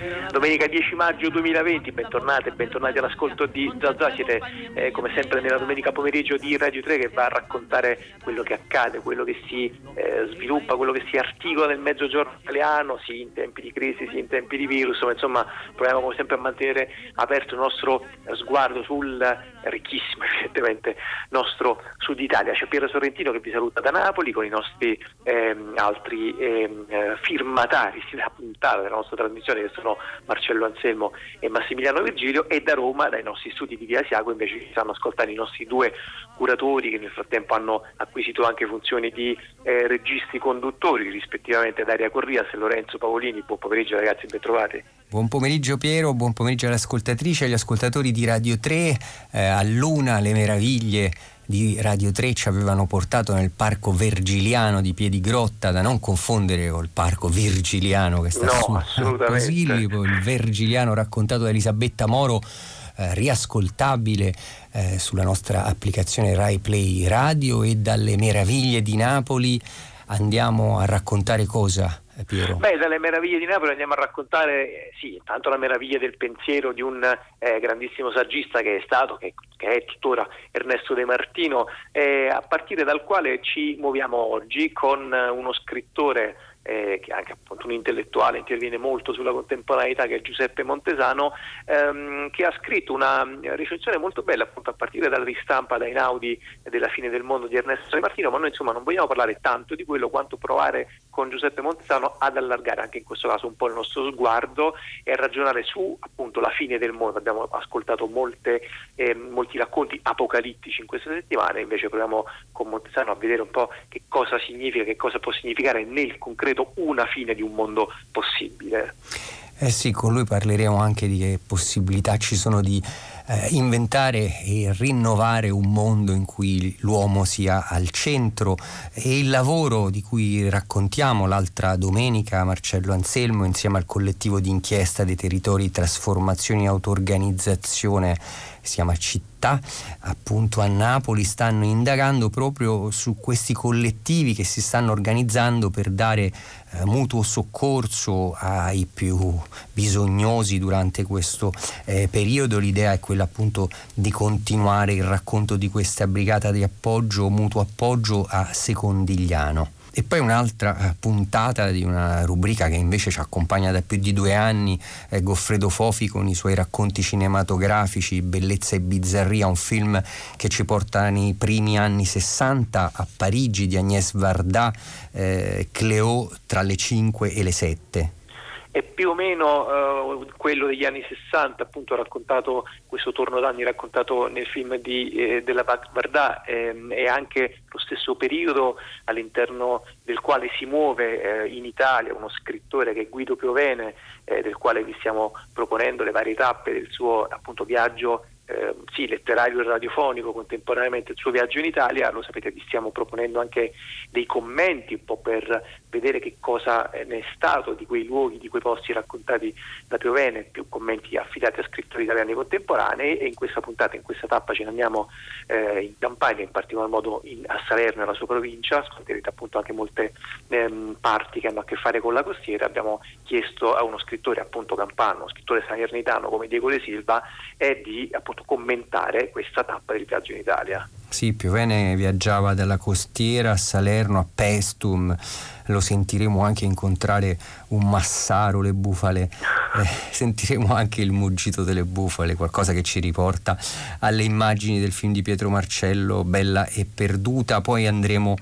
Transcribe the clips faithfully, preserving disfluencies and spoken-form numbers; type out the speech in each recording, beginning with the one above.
Domenica dieci maggio duemilaventi, bentornate e bentornati all'ascolto di Zazà. Siete eh, come sempre nella domenica pomeriggio di Radio tre, che va a raccontare quello che accade, quello che si eh, sviluppa, quello che si articola nel mezzogiorno italiano, sia in tempi di crisi sia in tempi di virus. Insomma, proviamo come sempre a mantenere aperto il nostro sguardo sul ricchissimo, evidentemente, nostro Sud Italia. C'è Piero Sorrentino che vi saluta da Napoli con i nostri ehm, altri ehm, firmatari della puntata della nostra trasmissione, che sono Marcello Anselmo e Massimiliano Virgilio, e da Roma, dai nostri studi di Via Asiago, invece ci stanno ascoltando i nostri due curatori, che nel frattempo hanno acquisito anche funzioni di eh, registi conduttori, rispettivamente Daria Corrias e Lorenzo Pavolini. Buon pomeriggio ragazzi, ben trovati. Buon pomeriggio Piero, buon pomeriggio alle ascoltatrici e agli ascoltatori di Radio tre. Eh, a Luna le meraviglie di Radio tre ci avevano portato nel parco Vergiliano di Piedigrotta, da non confondere col parco Virgiliano che sta no, su a Posillipo. Il Vergiliano raccontato da Elisabetta Moro, eh, riascoltabile eh, sulla nostra applicazione Rai Play Radio. E dalle meraviglie di Napoli andiamo a raccontare cosa, Piero? Beh, dalle meraviglie di Napoli andiamo a raccontare, eh, sì, intanto la meraviglia del pensiero di un eh, grandissimo saggista che è stato, che, che è tuttora, Ernesto De Martino, eh, a partire dal quale ci muoviamo oggi con eh, uno scrittore Eh, che è anche appunto un intellettuale, interviene molto sulla contemporaneità, che è Giuseppe Montesano, ehm, che ha scritto una recensione molto bella appunto a partire dalla ristampa da Einaudi della fine del mondo di Ernesto De Martino. Ma noi insomma non vogliamo parlare tanto di quello quanto provare con Giuseppe Montesano ad allargare anche in questo caso un po' il nostro sguardo e a ragionare su appunto la fine del mondo. Abbiamo ascoltato molte, eh, molti racconti apocalittici in queste settimane, invece proviamo con Montesano a vedere un po' che cosa significa, che cosa può significare nel concreto una fine di un mondo possibile. Eh sì, con lui parleremo anche di che possibilità ci sono di eh, inventare e rinnovare un mondo in cui l'uomo sia al centro, e il lavoro di cui raccontiamo l'altra domenica Marcello Anselmo insieme al collettivo di inchiesta dei territori trasformazione e auto-organizzazione, si chiama Città, appunto a Napoli, stanno indagando proprio su questi collettivi che si stanno organizzando per dare eh, mutuo soccorso ai più bisognosi durante questo eh, periodo. L'idea è quella appunto di continuare il racconto di questa brigata di appoggio, mutuo appoggio a Secondigliano. E poi un'altra puntata di una rubrica che invece ci accompagna da più di due anni, è Goffredo Fofi con i suoi racconti cinematografici Bellezza e bizzarria, un film che ci porta nei primi anni sessanta a Parigi, di Agnès Varda, eh, Cléo tra le cinque e le sette. È più o meno uh, quello degli anni sessanta, appunto raccontato, questo torno d'anni raccontato nel film di, eh, della Varda, ehm, è anche lo stesso periodo all'interno del quale si muove eh, in Italia uno scrittore che è Guido Piovene, eh, del quale vi stiamo proponendo le varie tappe del suo appunto viaggio Eh, sì, letterario e radiofonico, contemporaneamente il suo viaggio in Italia. Lo sapete, vi stiamo proponendo anche dei commenti un po' per vedere che cosa ne è stato di quei luoghi, di quei posti raccontati da Piovene, più commenti affidati a scrittori italiani contemporanei. E in questa puntata, in questa tappa, ce ne andiamo eh, in Campania, in particolar modo in, a Salerno e la sua provincia. Ascolterete appunto anche molte ehm, parti che hanno a che fare con la costiera. Abbiamo chiesto a uno scrittore appunto campano, uno scrittore salernitano come Diego De Silva, è di appunto commentare questa tappa del viaggio in Italia. Sì, Piovene viaggiava dalla costiera a Salerno, a Paestum. Lo sentiremo anche incontrare un massaro, le bufale, eh, sentiremo anche il muggito delle bufale, qualcosa che ci riporta alle immagini del film di Pietro Marcello, Bella e perduta. Poi andremo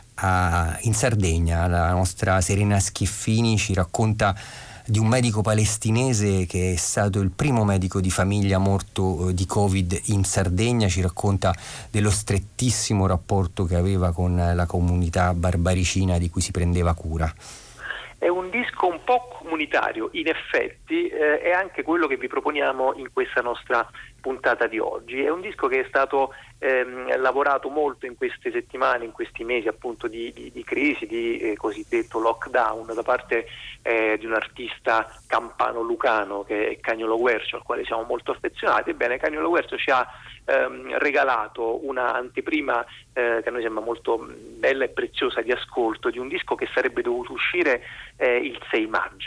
a, in Sardegna, la nostra Serena Schiffini ci racconta di un medico palestinese che è stato il primo medico di famiglia morto di Covid in Sardegna. Ci racconta dello strettissimo rapporto che aveva con la comunità barbaricina di cui si prendeva cura. È un disco un po' comunitario, in effetti, eh, è anche quello che vi proponiamo in questa nostra puntata di oggi. È un disco che è stato ehm, lavorato molto in queste settimane, in questi mesi appunto di, di, di crisi, di eh, cosiddetto lockdown, da parte eh, di un artista campano-lucano che è Cagnolo Guercio, al quale siamo molto affezionati. Ebbene, Cagnolo Guercio ci ha ehm, regalato una anteprima eh, che a noi sembra molto bella e preziosa di ascolto, di un disco che sarebbe dovuto uscire eh, il sei maggio.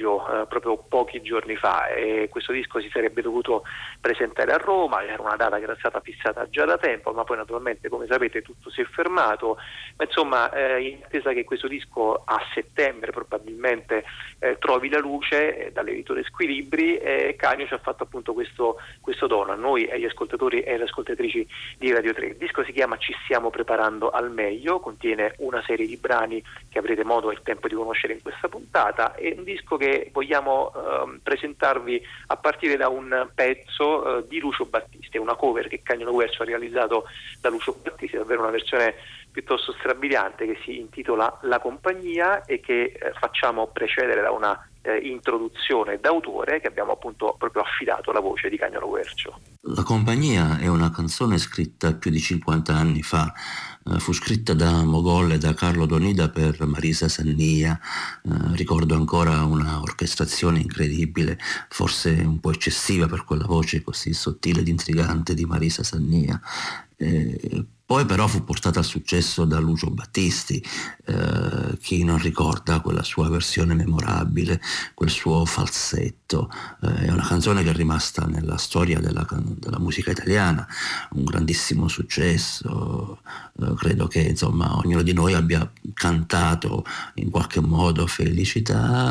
luglio, eh, proprio pochi giorni fa, e questo disco si sarebbe dovuto presentare a Roma, era una data che era stata fissata già da tempo, ma poi naturalmente, come sapete, tutto si è fermato. Ma insomma, eh, in attesa che questo disco a settembre probabilmente eh, trovi la luce eh, dall'editore Squilibri, eh, Canio ci ha fatto appunto questo, questo dono a noi e agli ascoltatori e alle ascoltatrici di Radio tre. Il disco si chiama Ci stiamo preparando al meglio, contiene una serie di brani che avrete modo e tempo di conoscere in questa puntata, è un disco che vogliamo eh, presentarvi a partire da un pezzo eh, di Lucio Battisti, una cover che Canio Guercio ha realizzato da Lucio Battisti, davvero una versione piuttosto strabiliante, che si intitola La compagnia e che eh, facciamo precedere da una eh, introduzione d'autore che abbiamo appunto proprio affidato alla voce di Canio Guercio. La compagnia è una canzone scritta più di cinquanta anni fa. Uh, fu scritta da Mogol e da Carlo Donida per Marisa Sannia. Uh, ricordo ancora una orchestrazione incredibile, forse un po' eccessiva per quella voce così sottile ed intrigante di Marisa Sannia. Eh, Poi però fu portata al successo da Lucio Battisti, eh, chi non ricorda quella sua versione memorabile, quel suo falsetto. Eh, è una canzone che è rimasta nella storia della, della musica italiana, un grandissimo successo. Eh, credo che insomma ognuno di noi abbia cantato in qualche modo felicità.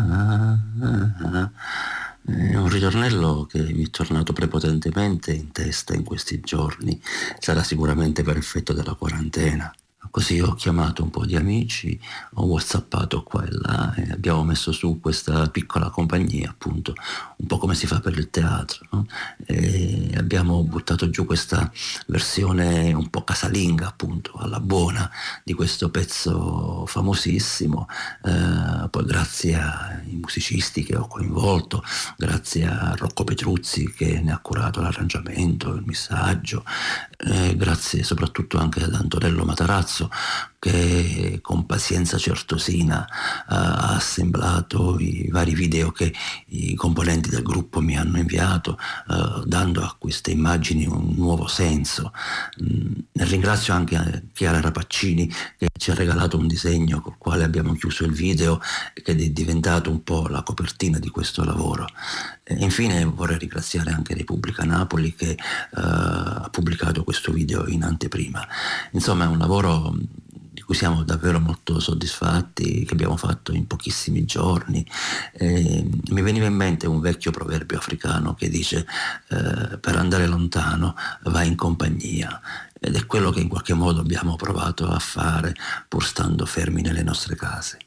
È un ritornello che mi è tornato prepotentemente in testa in questi giorni, sarà sicuramente per effetto della quarantena. Così ho chiamato un po' di amici, ho whatsappato qua e là e abbiamo messo su questa piccola compagnia, appunto, un po' come si fa per il teatro, no? E abbiamo buttato giù questa versione un po' casalinga, appunto, alla buona di questo pezzo famosissimo. Eh, poi grazie ai musicisti che ho coinvolto, grazie a Rocco Petruzzi che ne ha curato l'arrangiamento, il missaggio, eh, grazie soprattutto anche ad Antonello Matarazzo, che con pazienza certosina ha assemblato i vari video che i componenti del gruppo mi hanno inviato, uh, dando a queste immagini un nuovo senso. Mm, ringrazio anche Chiara Rapaccini che ci ha regalato un disegno col quale abbiamo chiuso il video e che è diventato un po' la copertina di questo lavoro. E infine vorrei ringraziare anche Repubblica Napoli che uh, ha pubblicato questo video in anteprima. Insomma, è un lavoro di cui siamo davvero molto soddisfatti, che abbiamo fatto in pochissimi giorni. E mi veniva in mente un vecchio proverbio africano che dice eh, per andare lontano vai in compagnia, ed è quello che in qualche modo abbiamo provato a fare pur stando fermi nelle nostre case.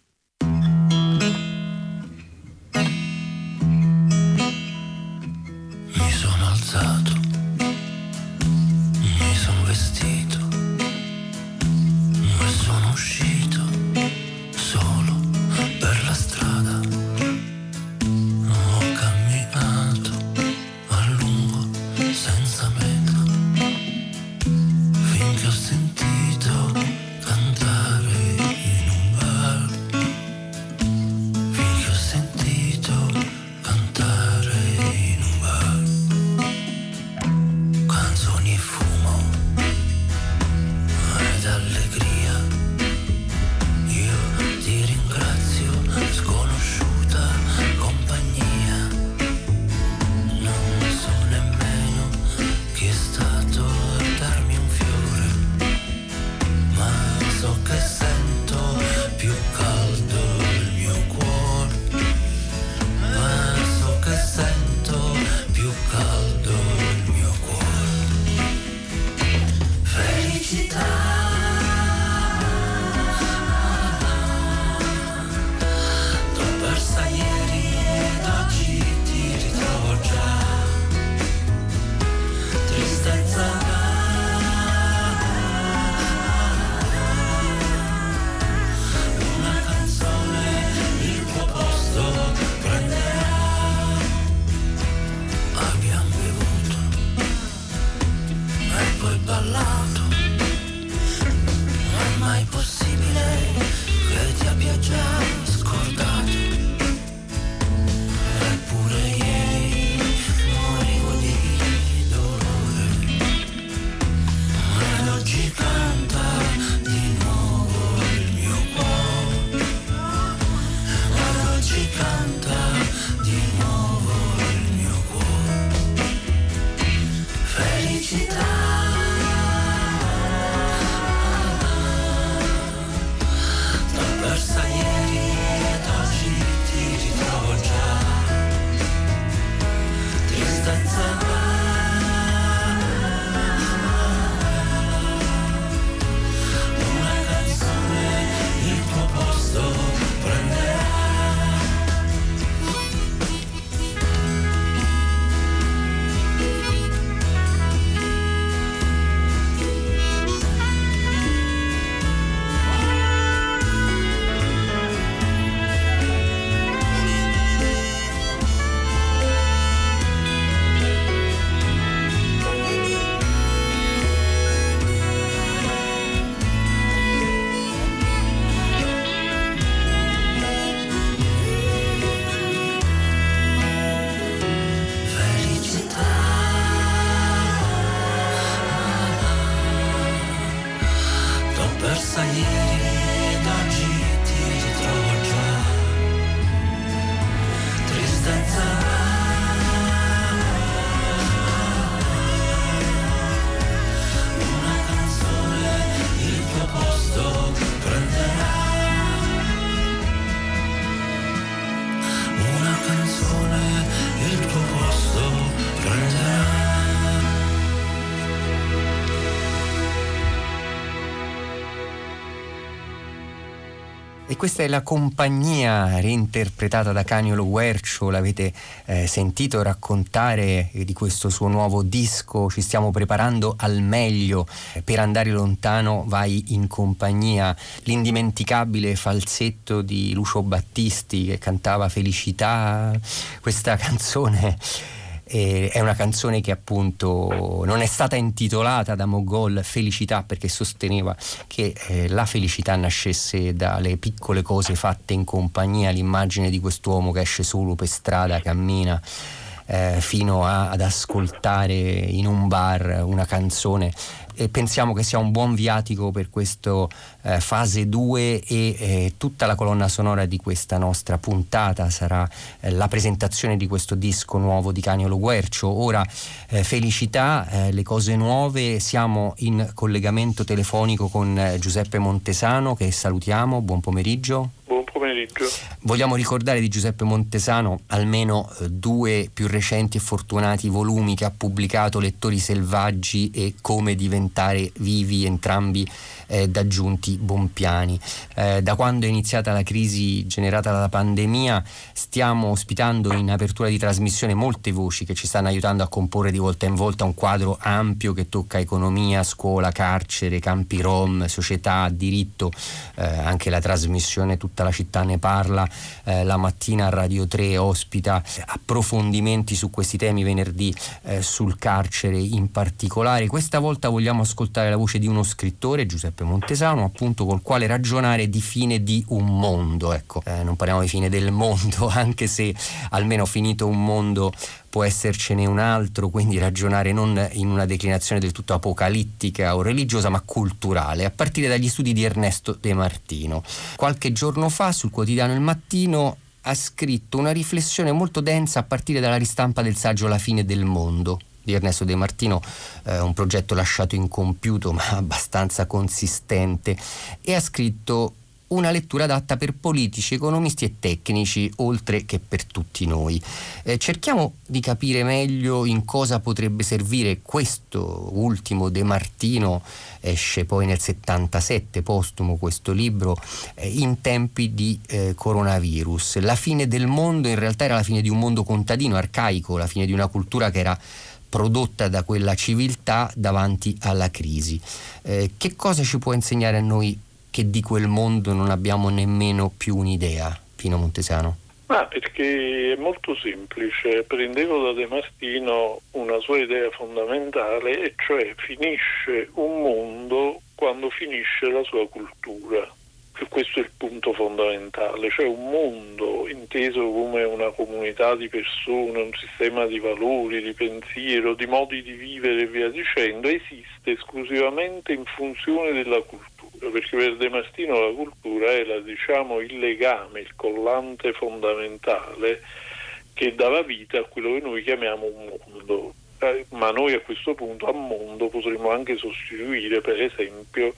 Mi sono alzato, mi sono vestito, sono uscito solo per la strada, ho camminato a lungo senza meta, finché ho sentito cantare in un bar E questa è La compagnia, reinterpretata da Caniolo Guercio. L'avete eh, sentito raccontare di questo suo nuovo disco. Ci stiamo preparando al meglio, per andare lontano vai in compagnia. L'indimenticabile falsetto di Lucio Battisti che cantava Felicità. Questa canzone E è una canzone che appunto non è stata intitolata da Mogol Felicità, perché sosteneva che eh, la felicità nascesse dalle piccole cose fatte in compagnia. L'immagine di quest'uomo che esce solo per strada, cammina eh, fino a, ad ascoltare in un bar una canzone, e pensiamo che sia un buon viatico per questo eh, fase due, e eh, tutta la colonna sonora di questa nostra puntata sarà eh, la presentazione di questo disco nuovo di Caniolo Guercio. Ora eh, Felicità, eh, le cose nuove. Siamo in collegamento telefonico con eh, Giuseppe Montesano, che salutiamo. Buon pomeriggio. Buon pomeriggio. Vogliamo ricordare di Giuseppe Montesano almeno eh, due più recenti e fortunati volumi che ha pubblicato: Lettori selvaggi e Come diventare vivi, entrambi eh, da Giunti Bompiani. Eh, da quando è iniziata la crisi generata dalla pandemia stiamo ospitando in apertura di trasmissione molte voci che ci stanno aiutando a comporre di volta in volta un quadro ampio che tocca economia, scuola, carcere, campi rom, società, diritto. Eh, anche la trasmissione Tutta la città ne parla eh, la mattina a Radio tre ospita approfondimenti su questi temi, venerdì eh, sul carcere in particolare. Questa volta vogliamo ascoltare la voce di uno scrittore, Giuseppe Montesano, appunto, col quale ragionare di fine di un mondo. Ecco, eh, non parliamo di fine del mondo, anche se almeno finito un mondo può essercene un altro, quindi ragionare non in una declinazione del tutto apocalittica o religiosa, ma culturale, a partire dagli studi di Ernesto De Martino. Qualche giorno fa sul quotidiano Il Mattino ha scritto una riflessione molto densa a partire dalla ristampa del saggio La fine del mondo di Ernesto De Martino, eh, un progetto lasciato incompiuto ma abbastanza consistente, e ha scritto: una lettura adatta per politici, economisti e tecnici, oltre che per tutti noi. Eh, cerchiamo di capire meglio in cosa potrebbe servire questo ultimo De Martino. Esce poi nel settantasette, postumo, questo libro, eh, in tempi di eh, coronavirus. La fine del mondo in realtà era la fine di un mondo contadino, arcaico, la fine di una cultura che era prodotta da quella civiltà davanti alla crisi. Eh, che cosa ci può insegnare a noi che di quel mondo non abbiamo nemmeno più un'idea, Pino Montesano? Ma perché è molto semplice. Prendevo da De Martino una sua idea fondamentale, e cioè finisce un mondo quando finisce la sua cultura. E questo è il punto fondamentale, cioè un mondo inteso come una comunità di persone, un sistema di valori, di pensiero, di modi di vivere e via dicendo, esiste esclusivamente in funzione della cultura, perché per De Martino la cultura era, diciamo, il legame, il collante fondamentale che dava vita a quello che noi chiamiamo un mondo. Eh, ma noi a questo punto a mondo potremmo anche sostituire, per esempio,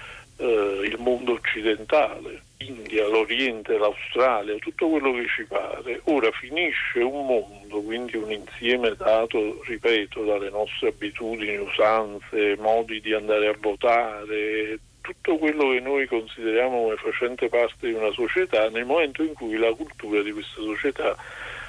Uh, il mondo occidentale, l'India, l'Oriente, l'Australia, tutto quello che ci pare. Ora finisce un mondo, quindi un insieme dato, ripeto, dalle nostre abitudini, usanze, modi di andare a votare, tutto quello che noi consideriamo come facente parte di una società, nel momento in cui la cultura di questa società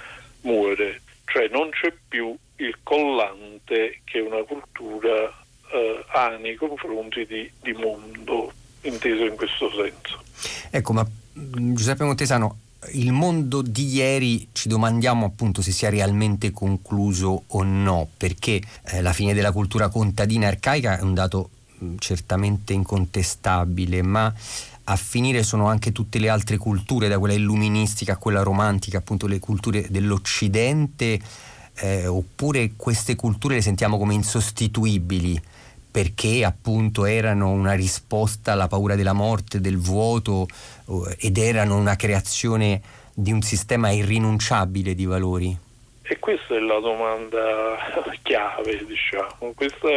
muore, cioè non c'è più il collante che una cultura Uh, ha nei confronti di, di mondo, inteso in questo senso. Ecco, ma Giuseppe Montesano, il mondo di ieri ci domandiamo appunto se sia realmente concluso o no, perché eh, la fine della cultura contadina arcaica è un dato mh, certamente incontestabile, ma a finire sono anche tutte le altre culture, da quella illuministica a quella romantica, appunto le culture dell'Occidente, eh, oppure queste culture le sentiamo come insostituibili perché appunto erano una risposta alla paura della morte, del vuoto, ed erano una creazione di un sistema irrinunciabile di valori? E questa è la domanda chiave, diciamo. Questa,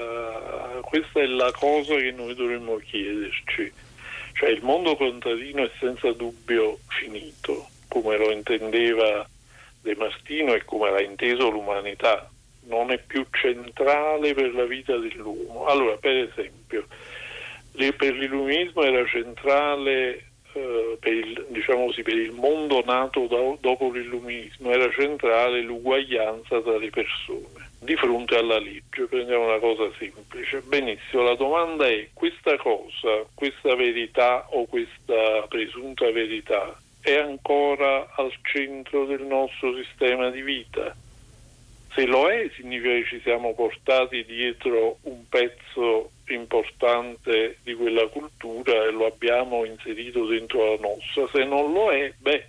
questa è la cosa che noi dovremmo chiederci. Cioè, il mondo contadino è senza dubbio finito, come lo intendeva De Martino e come l'ha inteso l'umanità. Non è più centrale per la vita dell'uomo. Allora, per esempio, per l'illuminismo era centrale eh, per il, diciamo così, per il mondo nato da, dopo l'illuminismo era centrale l'uguaglianza tra le persone di fronte alla legge. Prendiamo una cosa semplice. Benissimo, la domanda è: questa cosa, questa verità o questa presunta verità è ancora al centro del nostro sistema di vita? Se lo è, significa che ci siamo portati dietro un pezzo importante di quella cultura e lo abbiamo inserito dentro la nostra. Se non lo è, beh,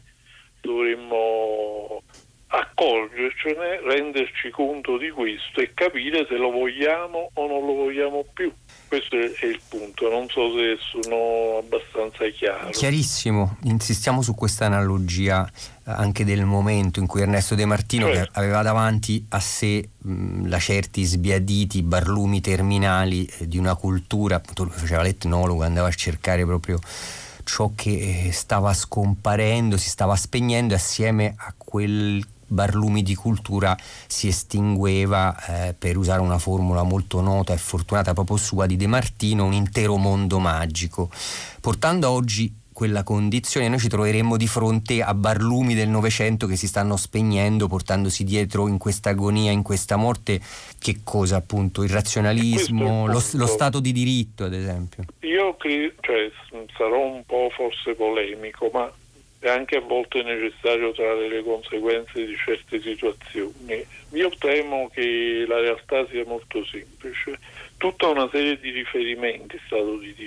dovremmo accorgercene, renderci conto di questo e capire se lo vogliamo o non lo vogliamo più. Questo è il punto, non so se sono abbastanza chiaro. Chiarissimo, insistiamo su questa analogia anche del momento in cui Ernesto De Martino, certo, che aveva davanti a sé mh, lacerti sbiaditi barlumi terminali eh, di una cultura, appunto lui faceva l'etnologo, andava a cercare proprio ciò che stava scomparendo, si stava spegnendo, e assieme a quel barlumi di cultura si estingueva, eh, per usare una formula molto nota e fortunata proprio sua di De Martino, un intero mondo magico. Portando a oggi quella condizione, noi ci troveremmo di fronte a barlumi del Novecento che si stanno spegnendo, portandosi dietro in questa agonia, in questa morte, che cosa appunto? Il razionalismo, lo, lo Stato di diritto, ad esempio. Io credo, cioè, sarò un po' forse polemico, ma è anche a volte necessario trarre le conseguenze di certe situazioni. Io temo che la realtà sia molto semplice. Tutta una serie di riferimenti, Stato di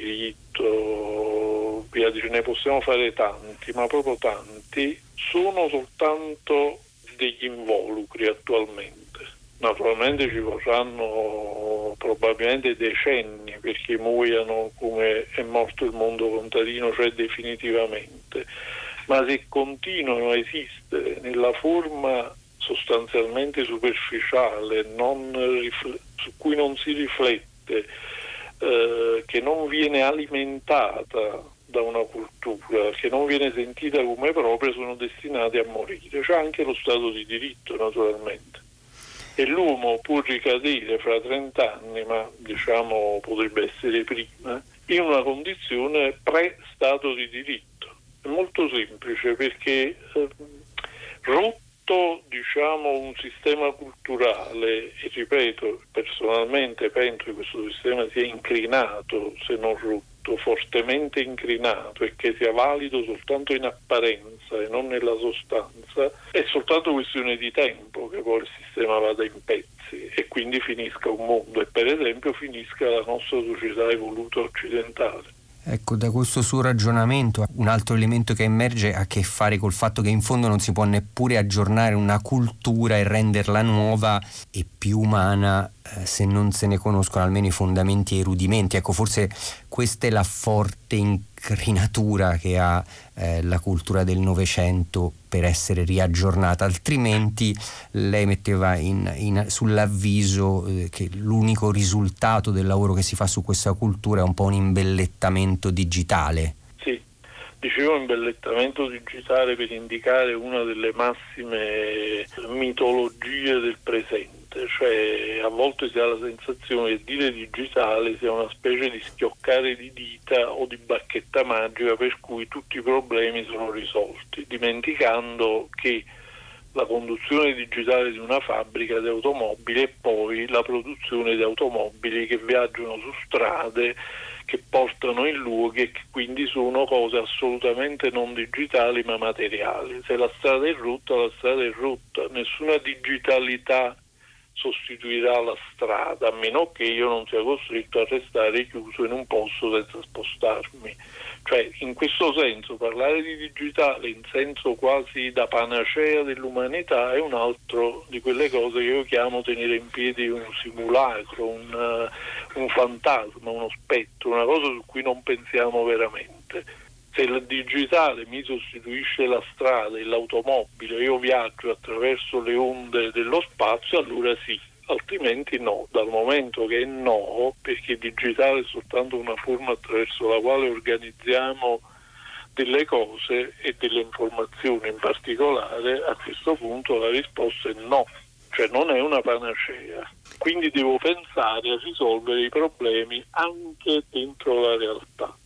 diritto, via dice, ne possiamo fare tanti, ma proprio tanti, sono soltanto degli involucri attualmente. Naturalmente ci vorranno probabilmente decenni perché muoiano come è morto il mondo contadino, cioè definitivamente. Ma se continuano a esistere nella forma sostanzialmente superficiale, non rifle- su cui non si riflette, eh, che non viene alimentata da una cultura, che non viene sentita come propria, sono destinati a morire. C'è anche lo Stato di diritto, naturalmente. E l'uomo può ricadere fra trent'anni, ma diciamo potrebbe essere prima, in una condizione pre-Stato di diritto. È molto semplice, perché eh, rotto diciamo un sistema culturale, e ripeto, personalmente penso che questo sistema sia inclinato, se non rotto, fortemente inclinato, e che sia valido soltanto in apparenza e non nella sostanza, è soltanto questione di tempo che poi il sistema vada in pezzi e quindi finisca un mondo, e per esempio finisca la nostra società evoluta occidentale. Ecco, da questo suo ragionamento un altro elemento che emerge ha a che fare col fatto che in fondo non si può neppure aggiornare una cultura e renderla nuova e più umana eh, se non se ne conoscono almeno i fondamenti e i rudimenti. Ecco, forse questa è la forte incrinatura che ha eh, la cultura del Novecento per essere riaggiornata, altrimenti lei metteva in, in, sull'avviso eh, che l'unico risultato del lavoro che si fa su questa cultura è un po' un imbellettamento digitale. Sì, dicevo imbellettamento digitale per indicare una delle massime mitologie del presente, cioè a volte si ha la sensazione che dire digitale sia una specie di schioccare di dita o di bacchetta magica per cui tutti i problemi sono risolti, dimenticando che la conduzione digitale di una fabbrica di automobili e poi la produzione di automobili che viaggiano su strade, che portano in luoghi e che quindi sono cose assolutamente non digitali ma materiali. Se la strada è rotta, la strada è rotta, nessuna digitalità sostituirà la strada, a meno che io non sia costretto a restare chiuso in un posto senza spostarmi. Cioè, in questo senso, parlare di digitale in senso quasi da panacea dell'umanità è un altro di quelle cose che io chiamo tenere in piedi un simulacro, un, uh, un fantasma, uno spettro, una cosa su cui non pensiamo veramente. Se il digitale mi sostituisce la strada e l'automobile, io viaggio attraverso le onde dello spazio, allora sì, altrimenti no, dal momento che è no, perché il digitale è soltanto una forma attraverso la quale organizziamo delle cose e delle informazioni in particolare, a questo punto la risposta è no, cioè non è una panacea. Quindi devo pensare a risolvere i problemi anche dentro la realtà.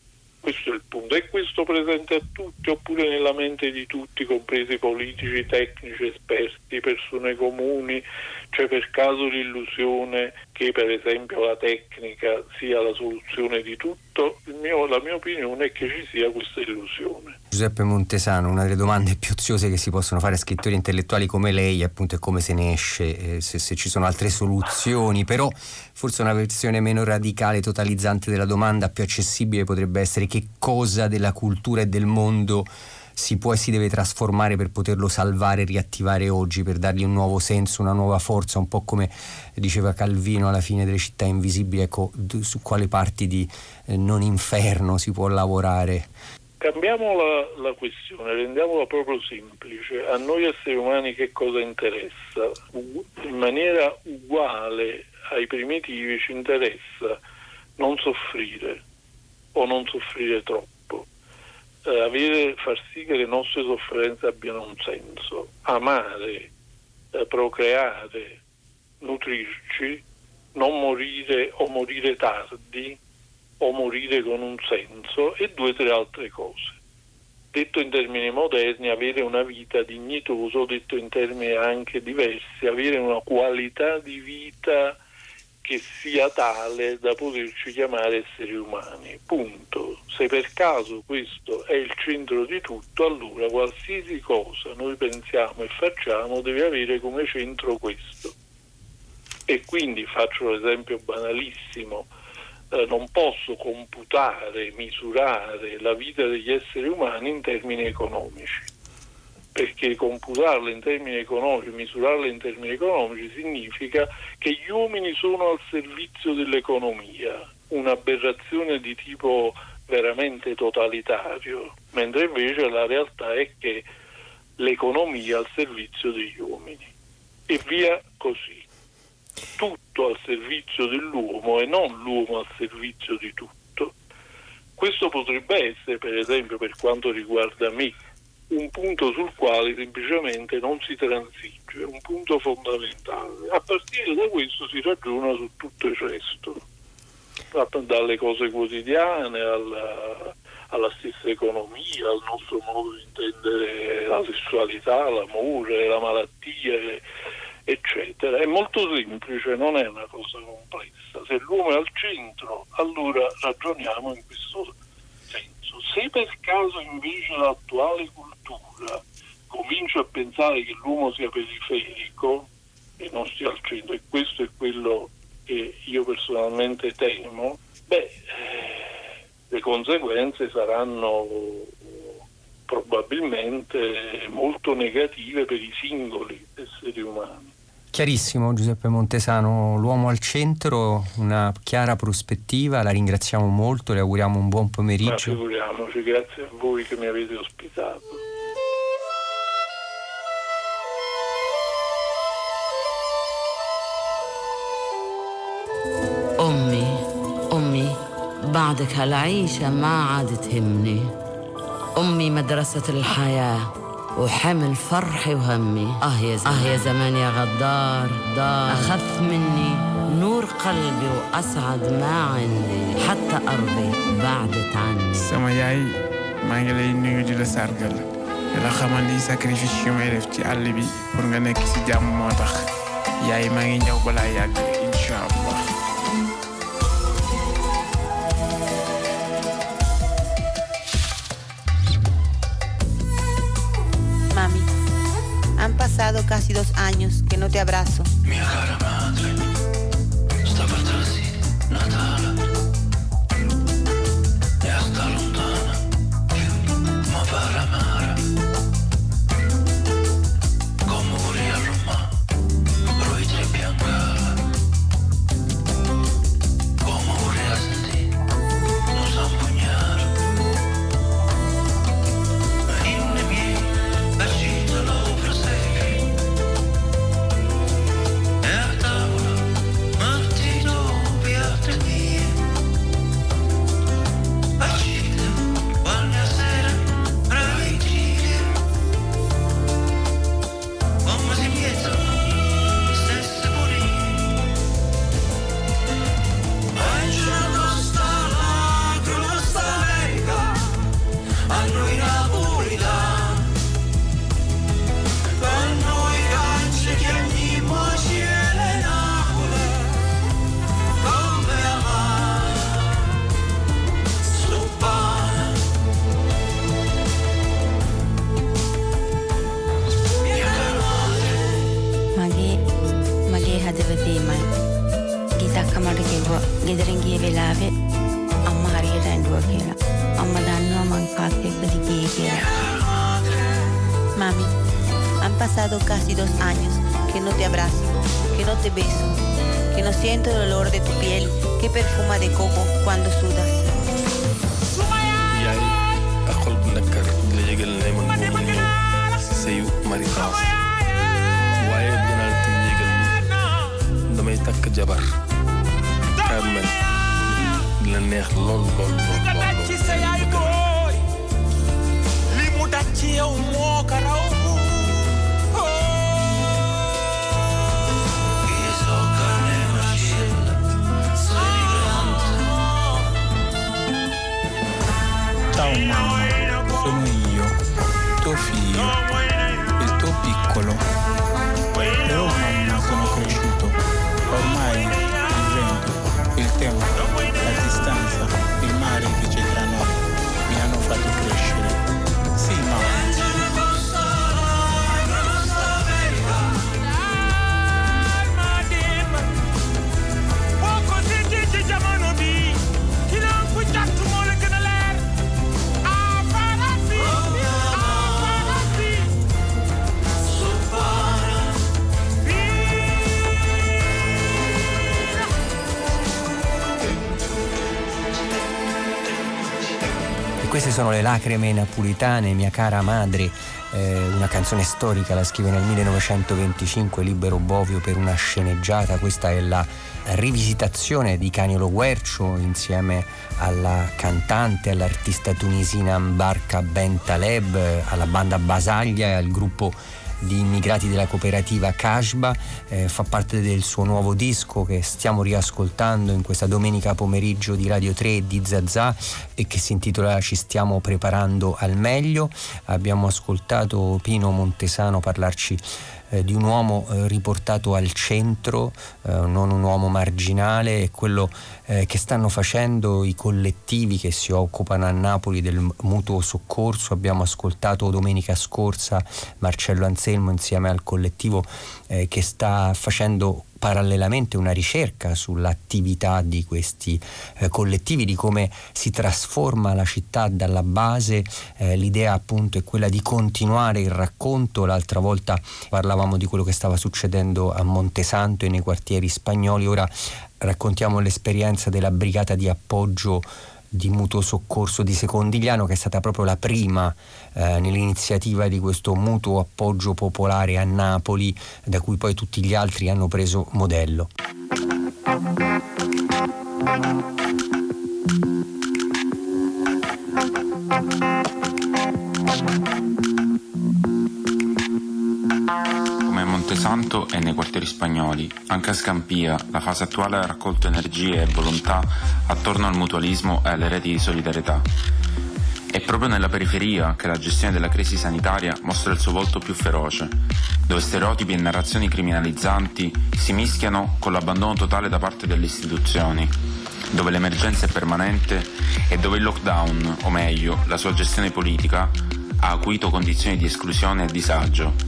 Questo è il punto. È questo presente a tutti oppure nella mente di tutti, compresi politici, tecnici, esperti, persone comuni? C'è per caso l'illusione che per esempio la tecnica sia la soluzione di tutto? Il mio, la mia opinione è che ci sia questa illusione. Giuseppe Montesano, una delle domande più oziose che si possono fare a scrittori intellettuali come lei appunto è come se ne esce, eh, se, se ci sono altre soluzioni, però forse una versione meno radicale, totalizzante della domanda, più accessibile potrebbe essere: che cosa della cultura e del mondo si può e si deve trasformare per poterlo salvare e riattivare oggi, per dargli un nuovo senso, una nuova forza, un po' come diceva Calvino alla fine delle città invisibili. Ecco, su quali parti di eh, non inferno si può lavorare? Cambiamo la, la questione, rendiamola proprio semplice. A noi esseri umani che cosa interessa? In maniera uguale ai primitivi ci interessa non soffrire o non soffrire troppo, eh, avere, far sì che le nostre sofferenze abbiano un senso, amare, eh, procreare, nutrirci, non morire o morire tardi o morire con un senso, e due o tre altre cose. Detto in termini moderni, avere una vita dignitosa, detto in termini anche diversi, avere una qualità di vita che sia tale da poterci chiamare esseri umani. Punto. Se per caso questo è il centro di tutto, allora qualsiasi cosa noi pensiamo e facciamo deve avere come centro questo. E quindi faccio l'esempio banalissimo: Eh, non posso computare, misurare la vita degli esseri umani in termini economici, perché computarla in termini economici, misurarla in termini economici significa che gli uomini sono al servizio dell'economia, un'aberrazione di tipo veramente totalitario, mentre invece la realtà è che l'economia è al servizio degli uomini, e via così. Tutto al servizio dell'uomo e non l'uomo al servizio di tutto. Questo potrebbe essere, per esempio, per quanto riguarda me, un punto sul quale semplicemente non si transige, un punto fondamentale. A partire da questo si ragiona su tutto il resto, dalle cose quotidiane alla, alla stessa economia, al nostro modo di intendere la sessualità, l'amore, la malattia, eccetera. È molto semplice, non è una cosa complessa. Se l'uomo è al centro, allora ragioniamo in questo senso. Se per caso invece l'attuale cultura comincia a pensare che l'uomo sia periferico e non sia al centro, e questo è quello che io personalmente temo, beh, le conseguenze saranno probabilmente molto negative per i singoli esseri umani. Chiarissimo, Giuseppe Montesano, l'uomo al centro, una chiara prospettiva, la ringraziamo molto, le auguriamo un buon pomeriggio. Ma figuriamoci, grazie a voi che mi avete ospitato. أمي أمي بعدك هالعيشة ما عاد تهمني. أمي مدرسة الحياة وحمل فرحي وهمي. آه يا زمان, آه يا زمان يا غدار دار أخذت مني نور قلبي وأسعد ما عندي حتى أرضي بعدت عني. sama yaay maa ngi lay nuyu di la sargal di la xamal ni sacrifice yu may def ci àll bi pour nga nekk ci jàmm moo tax yaay maa ngi ñëw balaa yàgg incha allah. Mami, han pasado casi dos años que no te abrazo. Mia cara madre, sta per trasì Natale e sta lontana, ma per amare come vorrei a Roma, lui tre biancala come vorrei a sentire non sa pugnare in le mie baci te lo prosegue e Magi, magi hadava tema. Gita kamar ke go, gidrengi velave. Amma hariyada indua kela. Amma danno mancate di kela. Mami, han pasado casi dos años que no te abrazo, que no te beso, que no siento el olor de tu piel que perfuma de coco cuando sudas. yaay ak xol bu nekkar di la yëgal ne man boobu la ñëw si sëyu Marie France waaye dinaa la tam yëgal ni damay takk jabar Carmen dina neex lool lool lool lool li mu daj ci yow moo ko raw Ciao mamma, sono io, tuo figlio, il tuo piccolo. Però mamma sono cresciuto. Ormai il vento, il tempo, la distanza, il mare che c'è tra noi mi hanno fatto crescere. Sì mamma. Queste sono le lacrime napolitane, mia cara madre, eh, una canzone storica, la scrive nel millenovecentoventicinque Libero Bovio per una sceneggiata. Questa è la rivisitazione di Canio Guercio insieme alla cantante, all'artista tunisina Mbarka Bentaleb, alla banda Basaglia e al gruppo di immigrati della cooperativa Kashba. Eh, fa parte del suo nuovo disco che stiamo riascoltando in questa domenica pomeriggio di Radio tre e di Zazà e che si intitola Ci stiamo preparando al meglio. Abbiamo ascoltato Pino Montesano parlarci eh, di un uomo eh, riportato al centro, eh, non un uomo marginale, e quello eh, che stanno facendo i collettivi che si occupano a Napoli del mutuo soccorso. Abbiamo ascoltato domenica scorsa Marcello Anselmo insieme al collettivo eh, che sta facendo parallelamente una ricerca sull'attività di questi eh, collettivi, di come si trasforma la città dalla base. Eh, l'idea appunto è quella di continuare il racconto. L'altra volta parlavamo di quello che stava succedendo a Montesanto e nei quartieri spagnoli, ora raccontiamo l'esperienza della brigata di appoggio di mutuo soccorso di Secondigliano, che è stata proprio la prima eh, nell'iniziativa di questo mutuo appoggio popolare a Napoli, da cui poi tutti gli altri hanno preso modello. Come a Montesanto e nei quartieri spagnoli, anche a Scampia la fase attuale ha raccolto energie e volontà attorno al mutualismo e alle reti di solidarietà. È proprio nella periferia che la gestione della crisi sanitaria mostra il suo volto più feroce, dove stereotipi e narrazioni criminalizzanti si mischiano con l'abbandono totale da parte delle istituzioni, dove l'emergenza è permanente e dove il lockdown, o meglio, la sua gestione politica, ha acuito condizioni di esclusione e disagio.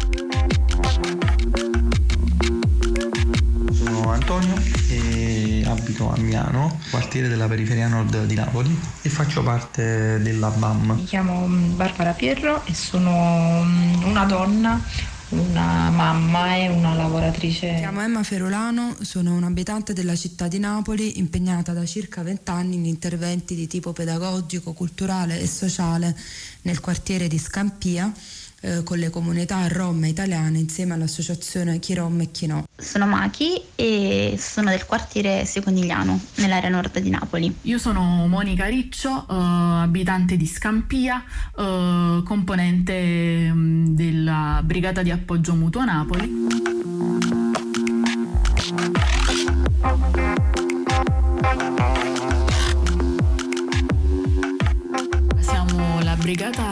Sono Antonio e abito a Miano, quartiere della periferia nord di Napoli, e faccio parte della B A M. Mi chiamo Barbara Pierro e sono una donna, una mamma e una lavoratrice. Mi chiamo Emma Ferolano, sono un'abitante della città di Napoli, impegnata da circa vent'anni in interventi di tipo pedagogico, culturale e sociale nel quartiere di Scampia, eh, con le comunità rom e italiane insieme all'associazione Chi Rom e Chi No. Sono Maki e sono del quartiere Secondigliano, nell'area nord di Napoli. Io sono Monica Riccio, eh, abitante di Scampia, eh, componente mh, della Brigata di Appoggio Mutuo Napoli. Siamo la Brigata di Appoggio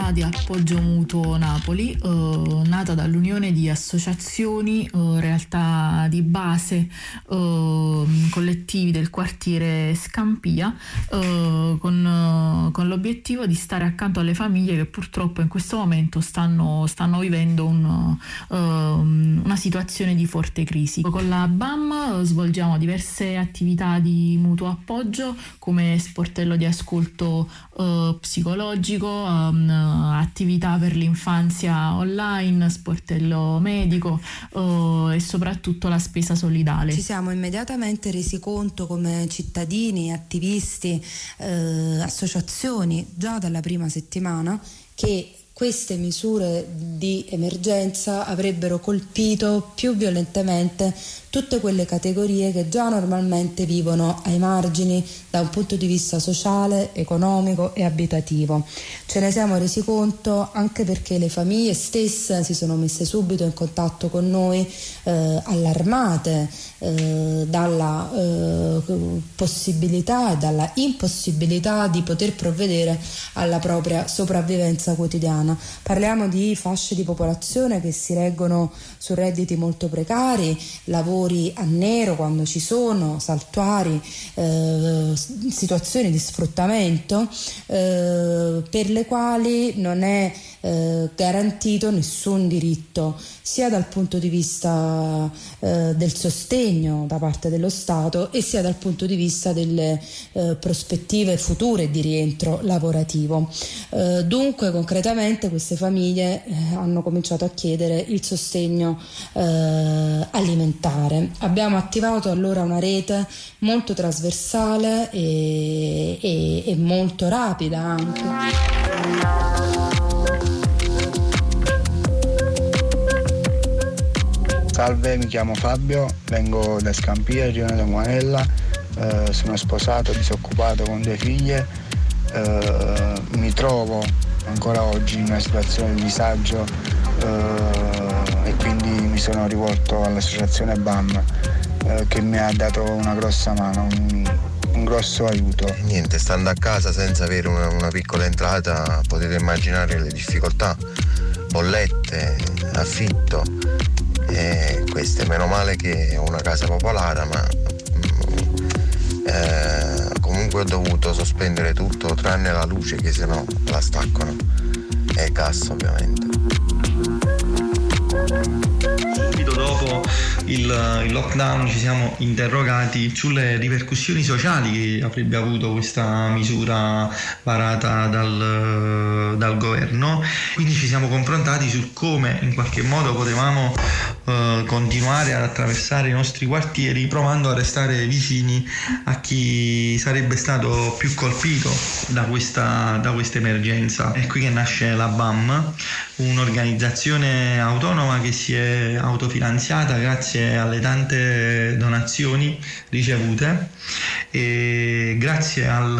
Appoggio Mutuo Napoli, eh, nata dall'unione di associazioni, eh, realtà di base, eh, collettivi del quartiere Scampia, eh, con, con l'obiettivo di stare accanto alle famiglie che purtroppo in questo momento stanno, stanno vivendo un, uh, una situazione di forte crisi. Con la B A M svolgiamo diverse attività di mutuo appoggio come sportello di ascolto uh, psicologico, um, attività per l'infanzia online, sportello medico uh, e soprattutto la spesa solidale. Ci siamo immediatamente resi conto come cittadini, attivisti, eh, associazioni già dalla prima settimana che queste misure di emergenza avrebbero colpito più violentemente tutte quelle categorie che già normalmente vivono ai margini da un punto di vista sociale, economico e abitativo. Ce ne siamo resi conto anche perché le famiglie stesse si sono messe subito in contatto con noi, eh, allarmate eh, dalla eh, possibilità e dalla impossibilità di poter provvedere alla propria sopravvivenza quotidiana. Parliamo di fasce di popolazione che si reggono su redditi molto precari, lavori a nero quando ci sono, saltuari, eh, situazioni di sfruttamento eh, per le quali non è eh, garantito nessun diritto, sia dal punto di vista eh, del sostegno da parte dello Stato e sia dal punto di vista delle eh, prospettive future di rientro lavorativo. Eh, dunque concretamente queste famiglie eh, hanno cominciato a chiedere il sostegno eh, alimentare. Abbiamo attivato allora una rete molto trasversale e, e, e molto rapida anche. Salve, mi chiamo Fabio, vengo da Scampia, Rione da Guanella, eh, sono sposato, disoccupato con due figlie, eh, mi trovo ancora oggi in una situazione di disagio eh, e quindi mi sono rivolto all'associazione B A M eh, che mi ha dato una grossa mano, un, un grosso aiuto. Niente, stando a casa senza avere una, una piccola entrata potete immaginare le difficoltà, bollette, affitto. E queste, meno male che è una casa popolare, ma eh, comunque ho dovuto sospendere tutto tranne la luce, che sennò la staccano, e gas ovviamente. Subito dopo il, il lockdown ci siamo interrogati sulle ripercussioni sociali che avrebbe avuto questa misura varata dal, dal governo, quindi ci siamo confrontati su come in qualche modo potevamo eh, continuare ad attraversare i nostri quartieri provando a restare vicini a chi sarebbe stato più colpito da questa, da questa emergenza. È qui che nasce la B A M, un'organizzazione autonoma che si è autofinanziata grazie alle tante donazioni ricevute e grazie al,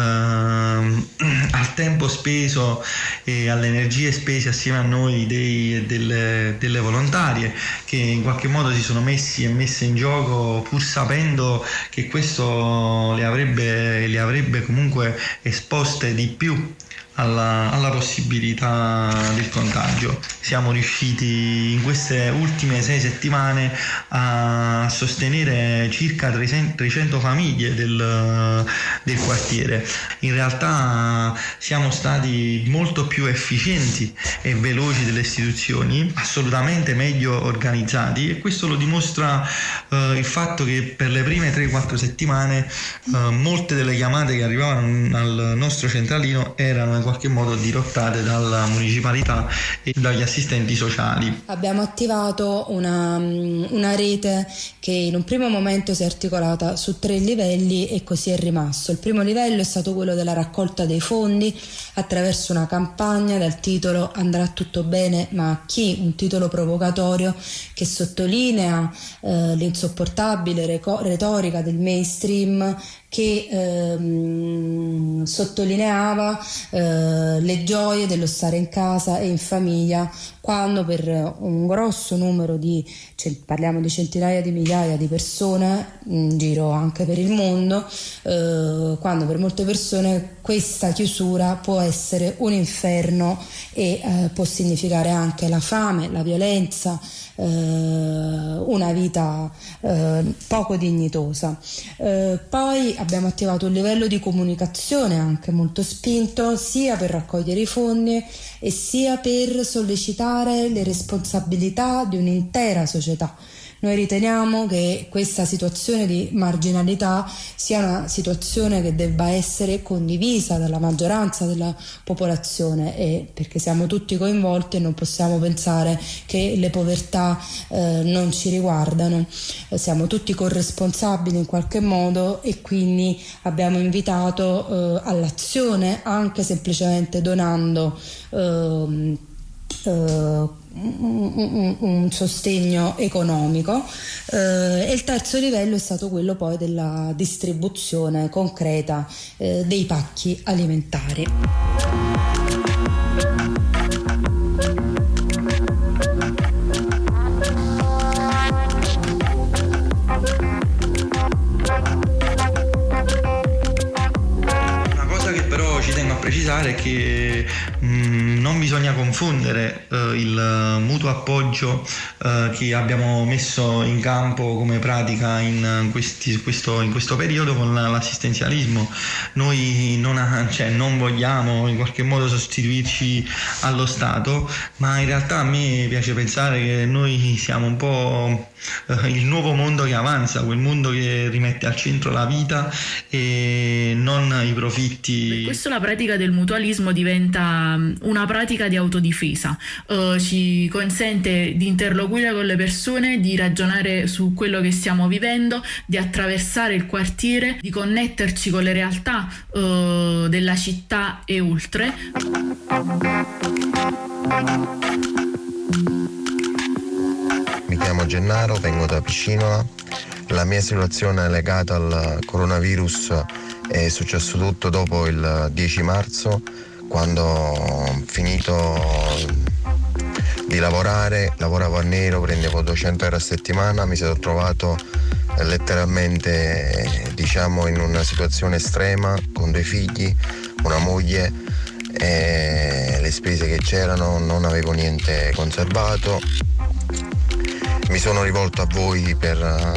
al tempo speso e alle energie spese assieme a noi dei, delle, delle volontarie che in qualche modo si sono messi e messe in gioco pur sapendo che questo le avrebbe, le avrebbe comunque esposte di più Alla, alla possibilità del contagio. Siamo riusciti in queste ultime sei settimane a sostenere circa trecento famiglie del, del quartiere. In realtà siamo stati molto più efficienti e veloci delle istituzioni, assolutamente meglio organizzati, e questo lo dimostra eh, il fatto che per le prime tre quattro settimane eh, molte delle chiamate che arrivavano al nostro centralino erano in qualche modo dirottate dalla municipalità e dagli assistenti sociali. Abbiamo attivato una, una rete che in un primo momento si è articolata su tre livelli e così è rimasto. Il primo livello è stato quello della raccolta dei fondi attraverso una campagna dal titolo "Andrà tutto bene, ma a chi?", un titolo provocatorio che sottolinea eh, l'insopportabile reco- retorica del mainstream che ehm, sottolineava eh, le gioie dello stare in casa e in famiglia, quando per un grosso numero di, cioè, parliamo di centinaia di migliaia di persone in giro anche per il mondo, eh, eh, quando per molte persone questa chiusura può essere un inferno e eh, può significare anche la fame, la violenza, eh, una vita eh, poco dignitosa. Eh, poi abbiamo attivato un livello di comunicazione anche molto spinto, sia per raccogliere i fondi e sia per sollecitare le responsabilità di un'intera società. Noi riteniamo che questa situazione di marginalità sia una situazione che debba essere condivisa dalla maggioranza della popolazione, e perché siamo tutti coinvolti e non possiamo pensare che le povertà eh, non ci riguardano. Siamo tutti corresponsabili in qualche modo e quindi abbiamo invitato eh, all'azione, anche semplicemente donando eh, eh, Un, un, un sostegno economico, eh, e il terzo livello è stato quello poi della distribuzione concreta eh, dei pacchi alimentari. Una cosa che però ci tengo a precisare è che mh, non bisogna confondere eh, il mutuo appoggio eh, che abbiamo messo in campo come pratica in, questi, questo, in questo periodo con l'assistenzialismo. Noi non, ha, cioè, non vogliamo in qualche modo sostituirci allo Stato, ma in realtà a me piace pensare che noi siamo un po' eh, il nuovo mondo che avanza, quel mondo che rimette al centro la vita e non i profitti. Per questo la pratica del mutualismo diventa una pratica di autodifesa, uh, ci consente di interloquire con le persone, di ragionare su quello che stiamo vivendo, di attraversare il quartiere, di connetterci con le realtà uh, della città e oltre. Mi chiamo Gennaro, vengo da Piscinola. La mia situazione è legata al coronavirus, è successo tutto dopo il dieci marzo, quando ho finito di lavorare, lavoravo a nero, prendevo duecento euro a settimana, mi sono trovato letteralmente, diciamo, in una situazione estrema, con due figli, una moglie, e le spese che c'erano non avevo niente conservato. Mi sono rivolto a voi per,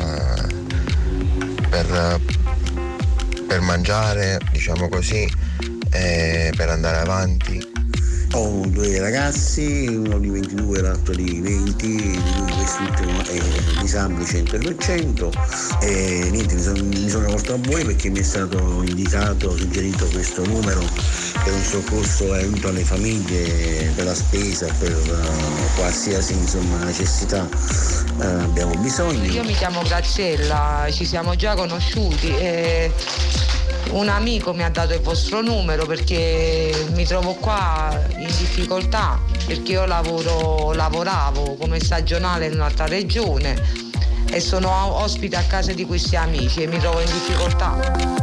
per, per mangiare, diciamo così, e per andare avanti. Ho due ragazzi, uno di ventidue e l'altro di venti, di cui quest'ultimo è disabile cento per cento, e niente, mi sono, mi sono rivolto a voi perché mi è stato indicato, suggerito questo numero per un soccorso aiuto alle famiglie per la spesa, per uh, qualsiasi insomma necessità uh, abbiamo bisogno. Io mi chiamo Graziella, ci siamo già conosciuti e un amico mi ha dato il vostro numero perché mi trovo qua in difficoltà, perché io lavoro, lavoravo come stagionale in un'altra regione e sono ospite a casa di questi amici e mi trovo in difficoltà.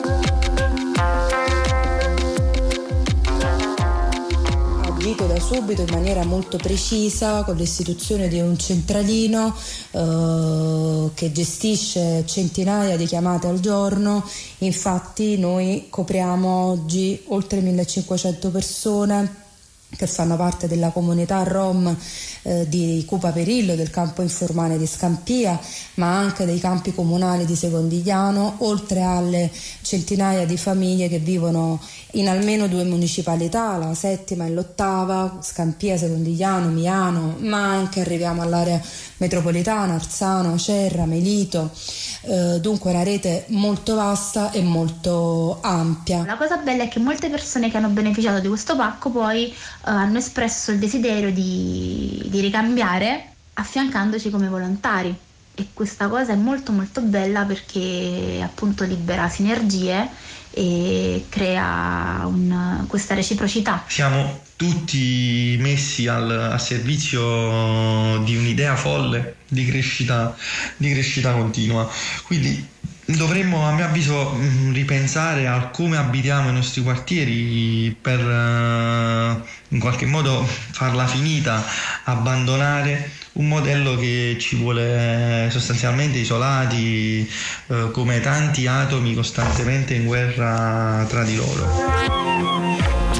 Agito da subito in maniera molto precisa con l'istituzione di un centralino eh, che gestisce centinaia di chiamate al giorno. Infatti noi copriamo oggi oltre millecinquecento persone che fanno parte della comunità rom eh, di Cupa Perillo, del campo informale di Scampia, ma anche dei campi comunali di Secondigliano, oltre alle centinaia di famiglie che vivono in almeno due municipalità, la settima e l'ottava, Scampia, Secondigliano, Miano, ma anche arriviamo all'area metropolitana, Arzano, Acerra, Melito, eh, dunque una rete molto vasta e molto ampia. La cosa bella è che molte persone che hanno beneficiato di questo pacco poi eh, hanno espresso il desiderio di, di ricambiare affiancandoci come volontari, e questa cosa è molto molto bella perché appunto libera sinergie e crea un, questa reciprocità. Siamo tutti messi al, a servizio di un'idea folle di crescita, di crescita continua. Quindi dovremmo, a mio avviso, ripensare a come abitiamo i nostri quartieri per in qualche modo farla finita, abbandonare un modello che ci vuole sostanzialmente isolati eh, come tanti atomi costantemente in guerra tra di loro.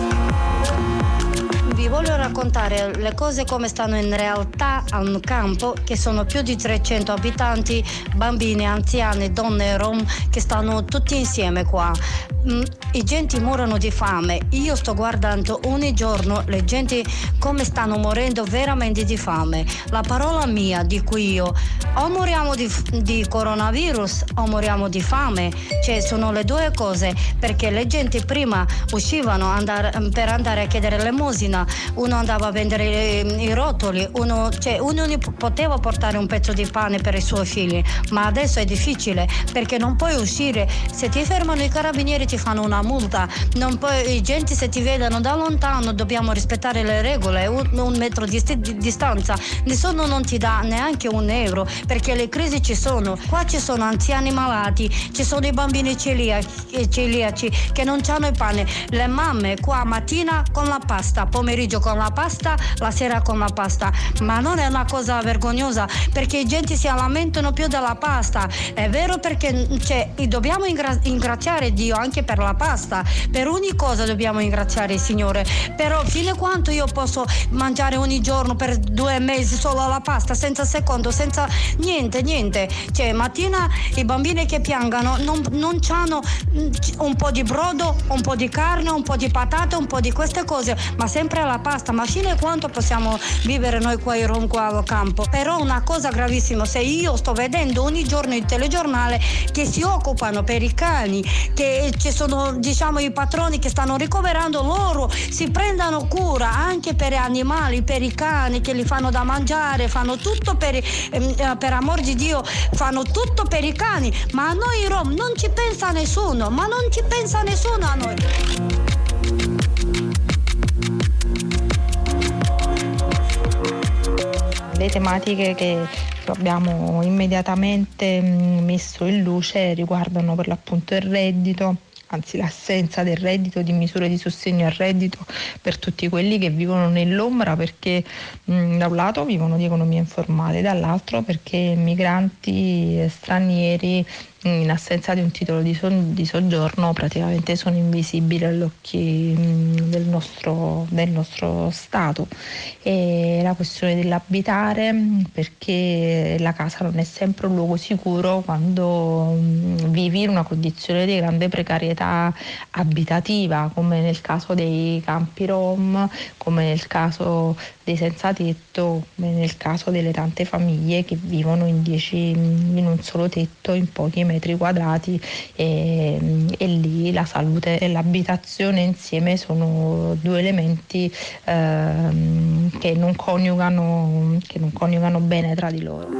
Vi voglio raccontare le cose come stanno in realtà a un campo che sono più di trecento abitanti, bambini, anziani, donne e rom che stanno tutti insieme qua. I genti muoiono di fame. Io sto guardando ogni giorno le genti come stanno morendo veramente di fame. La parola mia dico io, o moriamo di, di coronavirus o moriamo di fame, cioè sono le due cose, perché le genti prima uscivano andare, per andare a chiedere l'elemosina, uno andava a vendere i, i rotoli, uno, cioè, uno poteva portare un pezzo di pane per i suoi figli, ma adesso è difficile perché non puoi uscire, se ti fermano i carabinieri ti fanno una multa, non puoi, i genti se ti vedono da lontano dobbiamo rispettare le regole, un, un metro di, di distanza, nessuno non ti dà neanche un euro perché le crisi ci sono, qua ci sono anziani malati, ci sono i bambini celiaci, celiaci che non hanno il pane, le mamme qua mattina con la pasta, pomeriggio con la pasta, la sera con la pasta, ma non è una cosa vergognosa perché i genti si lamentano più della pasta, è vero, perché cioè, dobbiamo ingra- ingraziare Dio anche per la pasta, per ogni cosa dobbiamo ringraziare il Signore, però fino a quanto io posso mangiare ogni giorno per due mesi solo la pasta senza secondo, senza niente, niente, cioè mattina i bambini che piangano non, non hanno un po' di brodo, un po' di carne, un po' di patate, un po' di queste cose, ma sempre la pasta, ma fino a quanto possiamo vivere noi qua in Rom, qua al campo? Però una cosa gravissima, se io sto vedendo ogni giorno il telegiornale che si occupano per i cani, che ci sono diciamo i patroni che stanno ricoverando, loro si prendano cura anche per gli animali, per i cani che li fanno da mangiare, fanno tutto per, eh, per amor di Dio, fanno tutto per i cani, ma a noi in Rom non ci pensa nessuno, ma non ci pensa nessuno a noi. Le tematiche che abbiamo immediatamente messo in luce riguardano per l'appunto il reddito, anzi l'assenza del reddito, di misure di sostegno al reddito per tutti quelli che vivono nell'ombra, perché mh, da un lato vivono di economia informale, dall'altro perché migranti stranieri in assenza di un titolo di, so- di soggiorno praticamente sono invisibili agli occhi mh, del, nostro, del nostro Stato. E la questione dell'abitare, perché la casa non è sempre un luogo sicuro quando mh, vivi in una condizione di grande precarietà abitativa, come nel caso dei campi rom, come nel caso dei senza tetto, come nel caso delle tante famiglie che vivono in, dieci, in un solo tetto, in pochi metri quadrati, e, e lì la salute e l'abitazione insieme sono due elementi eh, che non coniugano, che non coniugano bene tra di loro.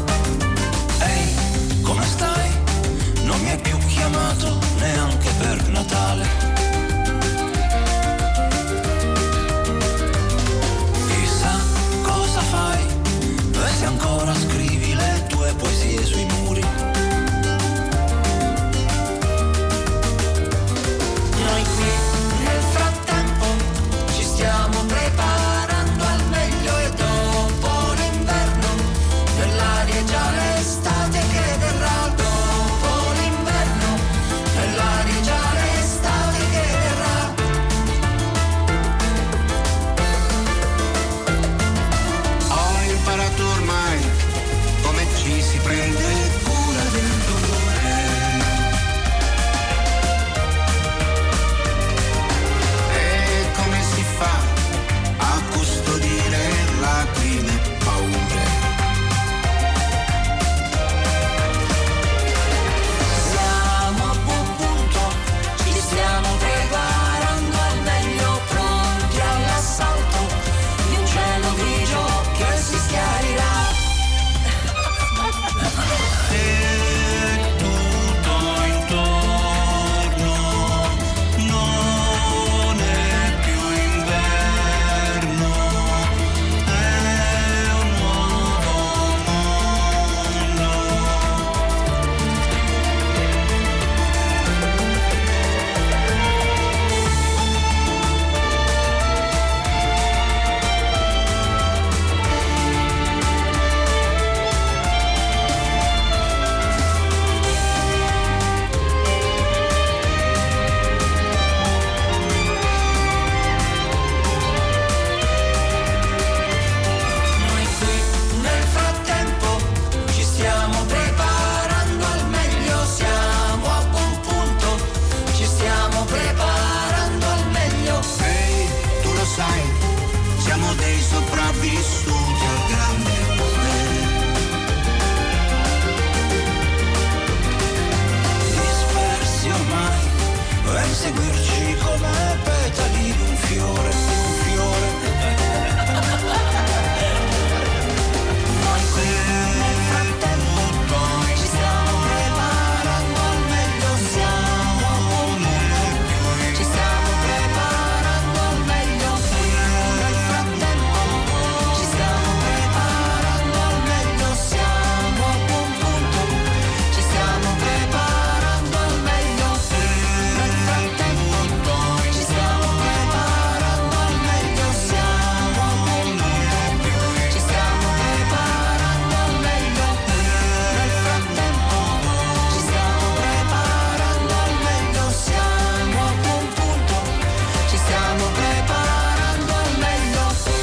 Ehi, come stai? Non mi hai più chiamato neanche per seguirci come petali di un fiore, di un fiore. Noi qui nel frattempo noi ci stiamo preparando al meglio, siamo qui, ci stiamo preparando al meglio qui nel frattempo ci stiamo preparando al meglio, siamo a buon punto, ci stiamo preparando al meglio qui nel frattempo noi ci stiamo preparando al meglio, siamo a buon punto, ci stiamo preparando al meglio qui nel frattempo ci stiamo preparando al meglio, siamo a buon punto, ci stiamo preparando al meglio.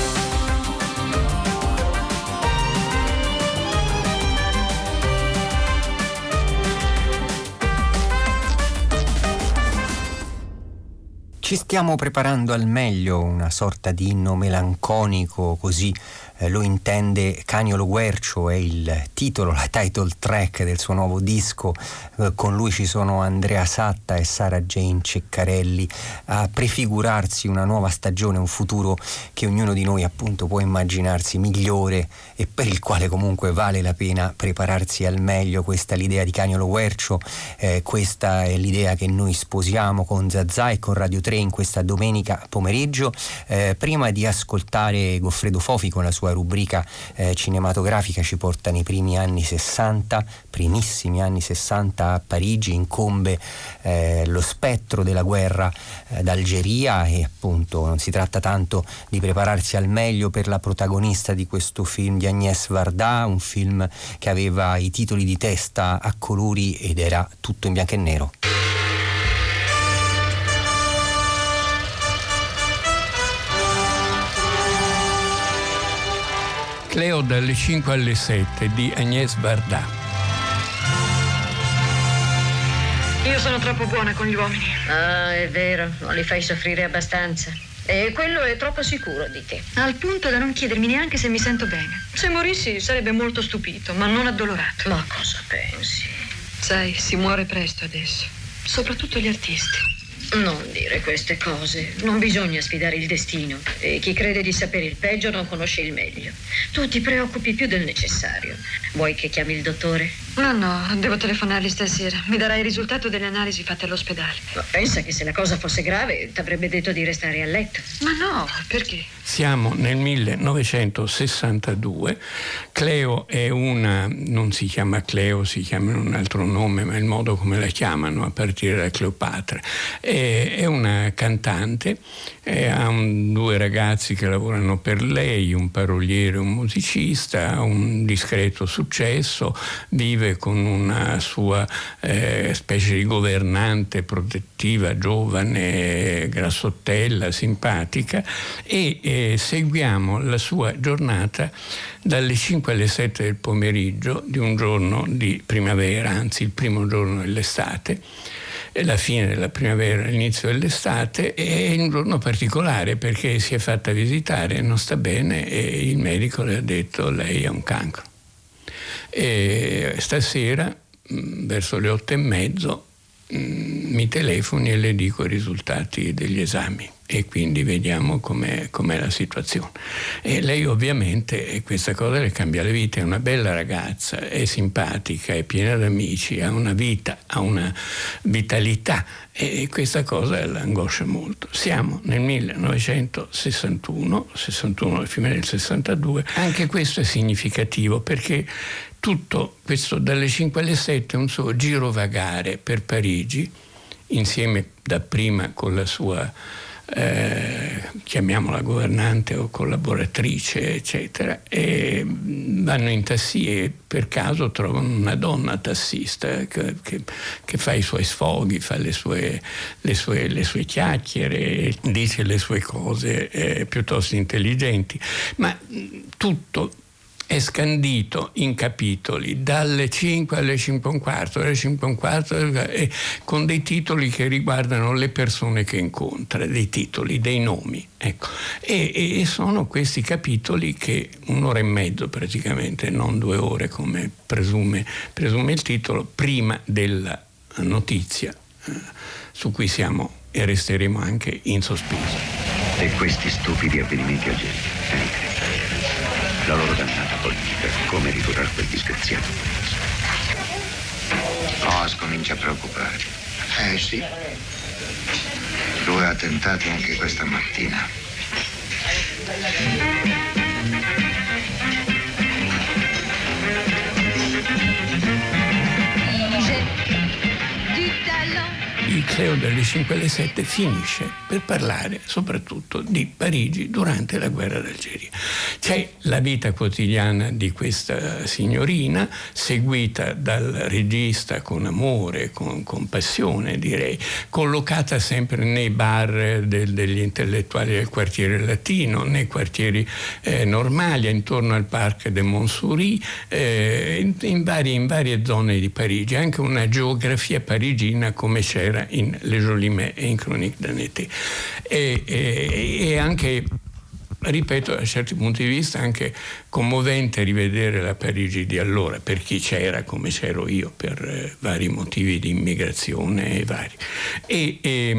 Ci stiamo preparando al meglio, una sorta di inno melanconico, così eh, lo intende Canio Lo Guercio, è il titolo, la title track del suo nuovo disco. Eh, con lui ci sono Andrea Satta e Sara Jane Ceccarelli a prefigurarsi una nuova stagione, un futuro che ognuno di noi appunto può immaginarsi migliore e per il quale comunque vale la pena prepararsi al meglio. Questa è l'idea di Canio Lo Guercio, eh, questa è l'idea che noi sposiamo con Zazà e con Radio tre in questa domenica pomeriggio. Eh, prima di ascoltare Goffredo Fofi con la sua rubrica eh, cinematografica, ci porta nei primi anni sessanta, primissimi anni sessanta a Parigi. Incombe eh, lo spettro della guerra eh, d'Algeria e appunto non si tratta tanto di prepararsi al meglio per la protagonista di questo film, di Agnès Varda, un film che aveva i titoli di testa a colori ed era tutto in bianco e nero. Cleo dalle cinque alle sette di Agnès Varda. Io sono troppo buona con gli uomini. Ah, è vero, non li fai soffrire abbastanza. E quello è troppo sicuro di te. Al punto da non chiedermi neanche se mi sento bene. Se morissi sarebbe molto stupito, ma non addolorato. Ma cosa pensi? Sai, si muore presto adesso. Soprattutto gli artisti. Non dire queste cose. Non bisogna sfidare il destino. E chi crede di sapere il peggio non conosce il meglio. Tu ti preoccupi più del necessario. Vuoi che chiami il dottore? No, no, devo telefonargli stasera. Mi darai il risultato delle analisi fatte all'ospedale. Ma pensa che se la cosa fosse grave ti avrebbe detto di restare a letto. Ma no, perché? Siamo nel millenovecentosessantadue. Cleo è una, non si chiama Cleo, si chiama in un altro nome, ma è il modo come la chiamano a partire da Cleopatra. È, è una cantante, è, ha un, due ragazzi che lavorano per lei, un paroliere e un musicista, ha un discreto successo, vive con una sua eh, specie di governante protettiva, giovane, grassottella, simpatica, e eh, seguiamo la sua giornata dalle cinque alle sette del pomeriggio di un giorno di primavera, anzi il primo giorno dell'estate, la fine della primavera, l'inizio dell'estate. È un giorno particolare perché si è fatta visitare, non sta bene e il medico le ha detto: lei ha un cancro. E stasera verso le otto e mezzo mi telefoni e le dico i risultati degli esami e quindi vediamo com'è, com'è la situazione. E lei ovviamente, e questa cosa le cambia la vita, è una bella ragazza, è simpatica, è piena d'amici, ha una vita, ha una vitalità e questa cosa l'angoscia molto. Siamo nel millenovecentosessantuno, sessantuno, fine del sessantadue, anche questo è significativo perché tutto questo dalle cinque alle sette è un suo girovagare per Parigi, insieme dapprima con la sua Eh, chiamiamola governante o collaboratrice, eccetera, e vanno in tassi e per caso trovano una donna tassista che, che, che fa i suoi sfoghi, fa le sue, le sue, le sue chiacchiere, dice le sue cose eh, piuttosto intelligenti, ma tutto è scandito in capitoli dalle cinque alle cinque e un quarto, alle cinque e un quarto, eh, con dei titoli che riguardano le persone che incontra, dei titoli, dei nomi, ecco. E, e sono questi capitoli che un'ora e mezzo praticamente, non due ore come presume, presume il titolo, prima della notizia eh, su cui siamo e resteremo anche in sospeso. E questi stupidi avvenimenti algeri, è incredibile. La loro dannata politica, come ridurrà quel disgraziato? No, scomincia a preoccupare. Eh sì. Due attentati anche questa mattina. Il Cleo delle cinque alle sette finisce per parlare soprattutto di Parigi durante la guerra d'Algeria. C'è la vita quotidiana di questa signorina, seguita dal regista con amore, con, con passione direi, collocata sempre nei bar del, degli intellettuali del quartiere latino, nei quartieri eh, normali, intorno al Parc de Montsouris, eh, in, in, varie, in varie zone di Parigi, anche una geografia parigina come c'era in Les Jolimet e in Chronique d'un été. E, e, e anche, ripeto, da certi punti di vista anche commovente rivedere la Parigi di allora, per chi c'era come c'ero io, per eh, vari motivi di immigrazione e vari. E,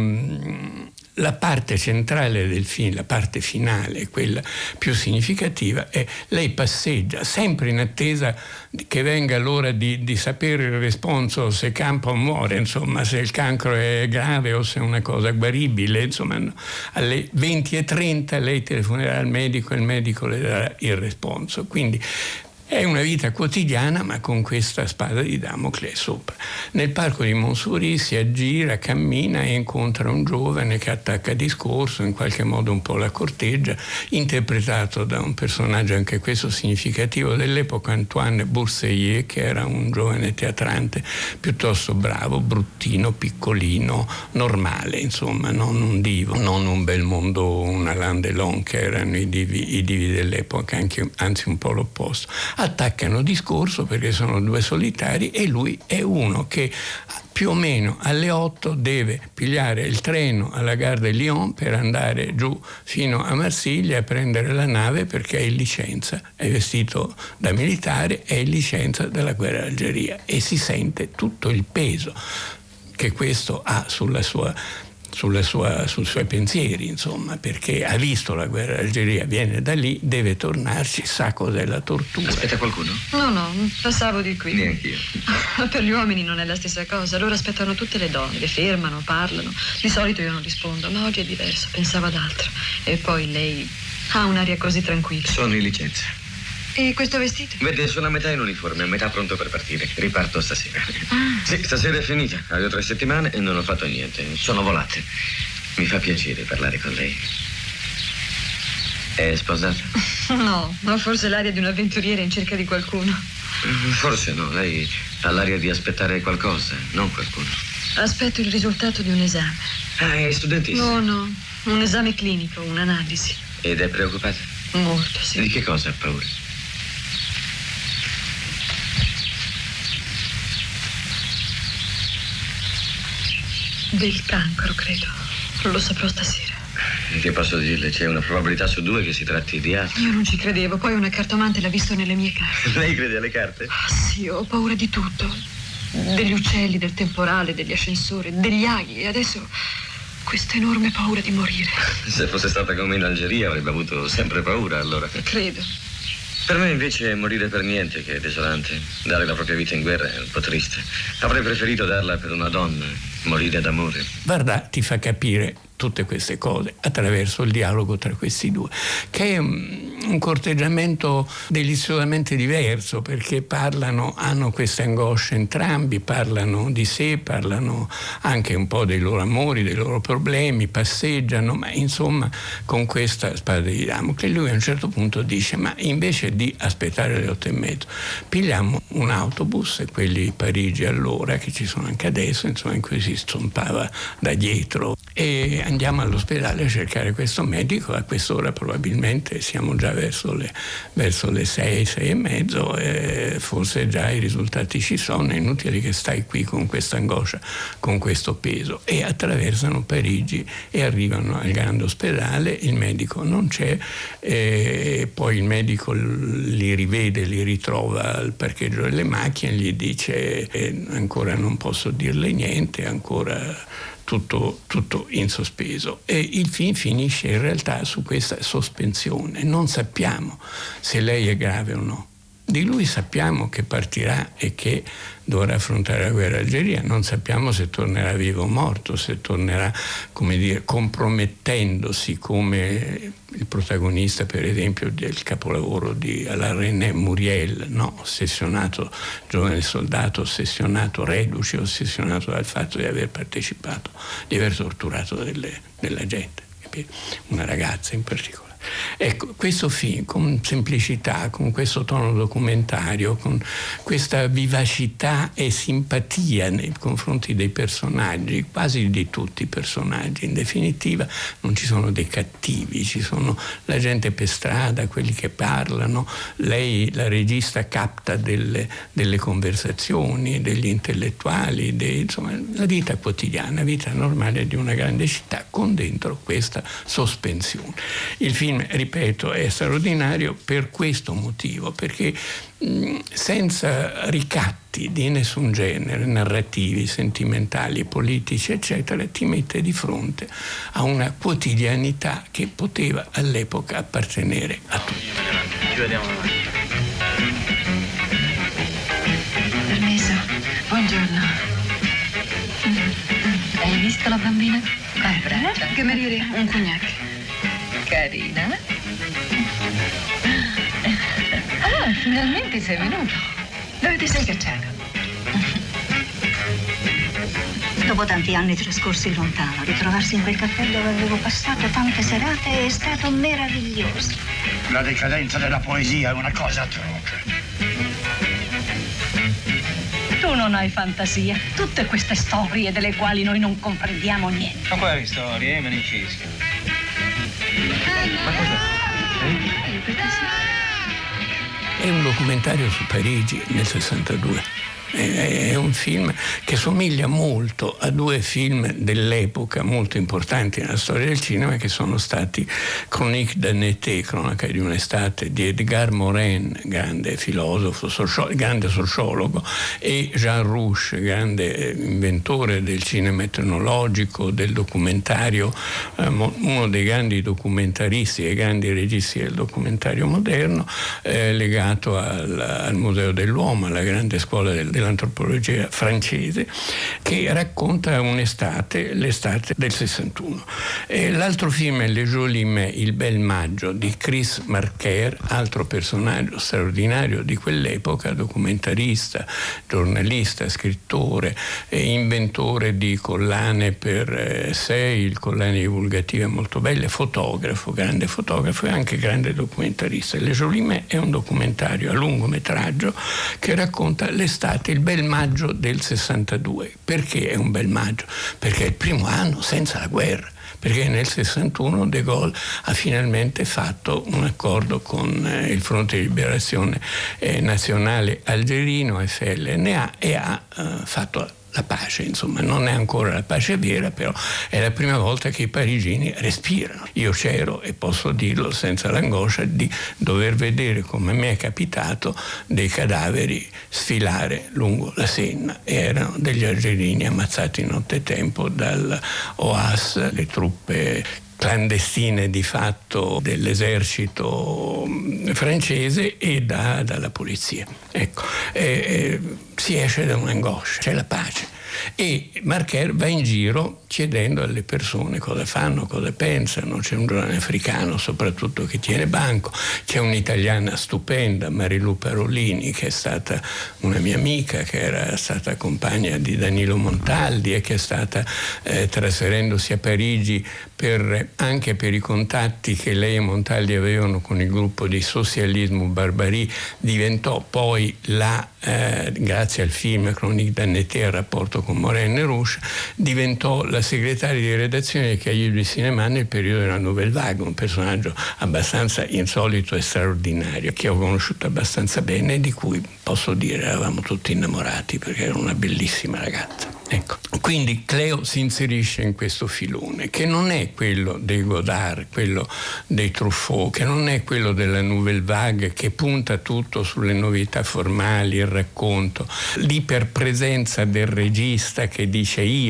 e la parte centrale del film, la parte finale, quella più significativa, è lei passeggia sempre in attesa che venga l'ora di, di sapere il responso, se campa o muore, insomma, se il cancro è grave o se è una cosa guaribile, insomma, no. Alle venti e trenta lei telefonerà al medico e il medico le darà il responso. Quindi è una vita quotidiana, ma con questa spada di Damocle sopra. Nel parco di Montsouris si aggira, cammina e incontra un giovane che attacca discorso, in qualche modo un po' la corteggia, interpretato da un personaggio anche questo significativo dell'epoca, Antoine Bourseillet, che era un giovane teatrante piuttosto bravo, bruttino, piccolino, normale, insomma, non un divo, non un Belmondo, un Alain Delon, che erano i divi, i divi dell'epoca, anche, anzi un po' l'opposto. Attaccano discorso perché sono due solitari e lui è uno che più o meno alle otto deve pigliare il treno alla gare di Lyon per andare giù fino a Marsiglia a prendere la nave, perché è in licenza, è vestito da militare, è in licenza dalla guerra d'Algeria e si sente tutto il peso che questo ha sulla sua Sulla sua, sui suoi pensieri, insomma, perché ha visto la guerra d'Algeria, viene da lì, deve tornarci, sa cos'è la tortura. Aspetta qualcuno? No, no, passavo di qui. Neanch'io. Per gli uomini non è la stessa cosa, loro aspettano tutte le donne, le fermano, parlano. Di solito io non rispondo, ma oggi è diverso, pensavo ad altro. E poi lei ha un'aria così tranquilla. Sono in licenza. E questo vestito? Vede, sono a metà in uniforme, a metà pronto per partire. Riparto stasera. Ah. Sì, stasera è finita. Avevo tre settimane e non ho fatto niente. Sono volate. Mi fa piacere parlare con lei. È sposata? No, ma forse l'aria di un avventuriere in cerca di qualcuno. Forse no, lei ha l'aria di aspettare qualcosa, non qualcuno. Aspetto il risultato di un esame. Ah, è studentessa? No, no, un esame clinico, un'analisi. Ed è preoccupata? Molto, sì. Di che cosa ha paura? Del cancro, credo. Lo saprò stasera. E che posso dirle? C'è una probabilità su due che si tratti di altro. Io non ci credevo, poi una cartomante l'ha visto nelle mie carte. Lei crede alle carte? Ah, sì, ho paura di tutto. Degli uccelli, del temporale, degli ascensori, degli aghi. E adesso questa enorme paura di morire. Se fosse stata come in Algeria avrebbe avuto sempre paura, allora. Credo. Per me invece morire per niente, che è desolante. Dare la propria vita in guerra è un po' triste. Avrei preferito darla per una donna, morire d'amore. Varda ti fa capire tutte queste cose attraverso il dialogo tra questi due, che è un corteggiamento deliziosamente diverso, perché parlano, hanno queste angosce entrambi, parlano di sé, parlano anche un po' dei loro amori, dei loro problemi, passeggiano, ma insomma con questa spada di Damocle lui a un certo punto dice: ma invece di aspettare le otto e mezzo pigliamo un autobus, e quelli di Parigi allora, che ci sono anche adesso, insomma, in cui si stompava da dietro, e andiamo all'ospedale a cercare questo medico. A quest'ora probabilmente siamo già verso le, verso le sei, sei e mezzo, e forse già i risultati ci sono. È inutile che stai qui con questa angoscia, con questo peso. E attraversano Parigi e arrivano al grande ospedale. Il medico non c'è, e poi il medico li rivede, li ritrova al parcheggio delle macchine, gli dice: eh, ancora non posso dirle niente, ancora tutto, tutto in sospeso. E il film finisce in realtà su questa sospensione. Non sappiamo se lei è grave o no. Di lui sappiamo che partirà e che dovrà affrontare la guerra algeria, non sappiamo se tornerà vivo o morto, se tornerà, come dire, compromettendosi come il protagonista, per esempio, del capolavoro di Alain René, Muriel, no? Ossessionato, giovane soldato, ossessionato, reduce, ossessionato dal fatto di aver partecipato, di aver torturato delle, della gente, una ragazza in particolare. Ecco, questo film con semplicità, con questo tono documentario, con questa vivacità e simpatia nei confronti dei personaggi, quasi di tutti i personaggi, in definitiva non ci sono dei cattivi, ci sono la gente per strada, quelli che parlano, lei, la regista, capta delle, delle conversazioni, degli intellettuali, dei, insomma la vita quotidiana, la vita normale di una grande città con dentro questa sospensione. Il film, ripeto, è straordinario per questo motivo, perché mh, senza ricatti di nessun genere, narrativi, sentimentali, politici, eccetera, ti mette di fronte a una quotidianità che poteva all'epoca appartenere a tutti. Ci vediamo avanti. Permesso, buongiorno. Hai visto la bambina? Abbraccia. Che merire? Un cognac. Carina. Ah, finalmente sei venuto. Dove ti sei cacciato? Dopo tanti anni trascorsi lontano, ritrovarsi in quel caffè dove avevo passato tante serate è stato meraviglioso. La decadenza della poesia è una cosa atroce. Tu non hai fantasia. Tutte queste storie delle quali noi non comprendiamo niente. Ma quali storie, eh, Manicisca? Ma cos'è? È un documentario su Parigi nel sessantadue. È un film che somiglia molto a due film dell'epoca molto importanti nella storia del cinema, che sono stati Chronique d'un été, cronaca di un'estate, di Edgar Morin, grande filosofo, socio- grande sociologo, e Jean Rouch, grande inventore del cinema etnologico, del documentario, eh, uno dei grandi documentaristi e grandi registi del documentario moderno, eh, legato al, al Museo dell'Uomo, alla grande scuola del dell'antropologia francese, che racconta un'estate, l'estate del sessantuno. E l'altro film è Le Joli Mai, Il bel maggio, di Chris Marker, altro personaggio straordinario di quell'epoca, documentarista, giornalista, scrittore, e inventore di collane per eh, sei, collane divulgative molto belle, fotografo, grande fotografo e anche grande documentarista. Le Joli Mai è un documentario a lungometraggio che racconta l'estate, il bel maggio del sessantadue. Perché è un bel maggio? Perché è il primo anno senza la guerra, perché nel sessantuno De Gaulle ha finalmente fatto un accordo con eh, il Fronte di Liberazione eh, Nazionale Algerino, F L N A, e ha eh, fatto la pace. Insomma, non è ancora la pace vera, però è la prima volta che i parigini respirano. Io c'ero e posso dirlo senza l'angoscia di dover vedere, come mi è capitato, dei cadaveri sfilare lungo la Senna. Erano degli algerini ammazzati nottetempo dal O A S, le truppe clandestine di fatto dell'esercito francese, e da, dalla polizia. Ecco, eh, eh, si esce da un'angoscia, c'è la pace. E Marker va in giro chiedendo alle persone cosa fanno, cosa pensano. C'è un giovane africano soprattutto che tiene banco, c'è un'italiana stupenda, Marilu Parolini, che è stata una mia amica, che era stata compagna di Danilo Montaldi e che è stata eh, trasferendosi a Parigi per, anche per i contatti che lei e Montaldi avevano con il gruppo di Socialismo Barbarie, diventò poi la, eh, grazie al film Chronique d'un été, al rapporto con Morin e Rouch, diventò la segretaria di redazione del Cahiers du Cinéma nel periodo della Nouvelle Vague, un personaggio abbastanza insolito e straordinario, che ho conosciuto abbastanza bene e di cui posso dire eravamo tutti innamorati, perché era una bellissima ragazza. Ecco. Quindi Cleo si inserisce in questo filone, che non è quello dei Godard, quello dei Truffaut, che non è quello della Nouvelle Vague, che punta tutto sulle novità formali, il racconto, l'iperpresenza del regista che dice io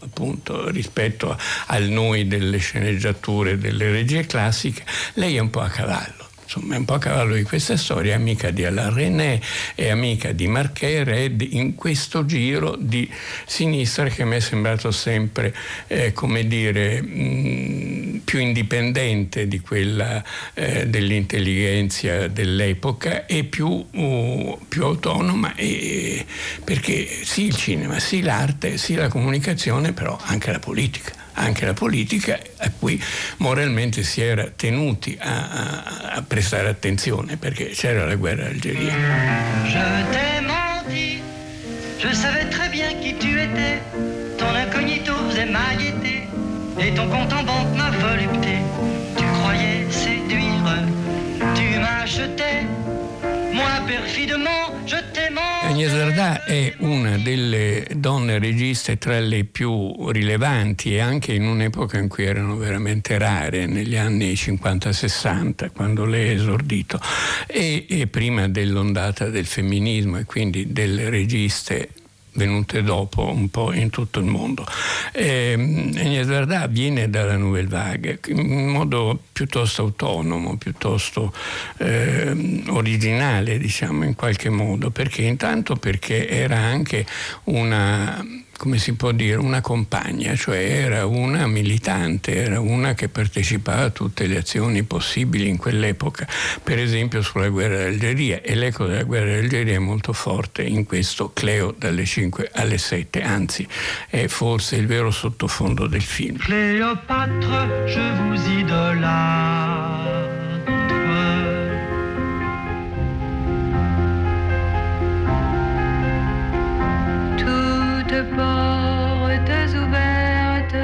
appunto rispetto al noi delle sceneggiature, delle regie classiche. Lei è un po' a cavallo. Insomma, è un po' a cavallo di questa storia, è amica di Alain Resnais, è amica di Marquet Red, in questo giro di sinistra che mi è sembrato sempre, eh, come dire, mh, più indipendente di quella eh, dell'intelligenza dell'epoca e più, uh, più autonoma, e, perché sì il cinema, sì l'arte, sì la comunicazione, però anche la politica. Anche la politica a cui moralmente si era tenuti a, a, a prestare attenzione, perché c'era la guerra d'Algeria. Je t'ai menti, je savais très bien qui tu étais, ton incognito faisait ma gaieté, et ton compte en banque ma volupté, tu croyais séduire, tu m'achetais, moi perfidement je t'ai menti. Agnès Varda è una delle donne registe tra le più rilevanti, e anche in un'epoca in cui erano veramente rare, negli anni cinquanta sessanta, quando lei è esordito, e, e prima dell'ondata del femminismo e quindi delle registe venute dopo un po' in tutto il mondo. Eh, Agnès Varda viene dalla Nouvelle Vague in modo piuttosto autonomo, piuttosto eh, originale, diciamo, in qualche modo, perché intanto perché era anche una, come si può dire, una compagna, cioè era una militante, era una che partecipava a tutte le azioni possibili in quell'epoca, per esempio sulla guerra d'Algeria, e l'eco della guerra d'Algeria è molto forte in questo Cleo dalle cinque alle sette, anzi è forse il vero sottofondo del film. Cléopâtre, je vous idolâtre. Toutes portes ouvertes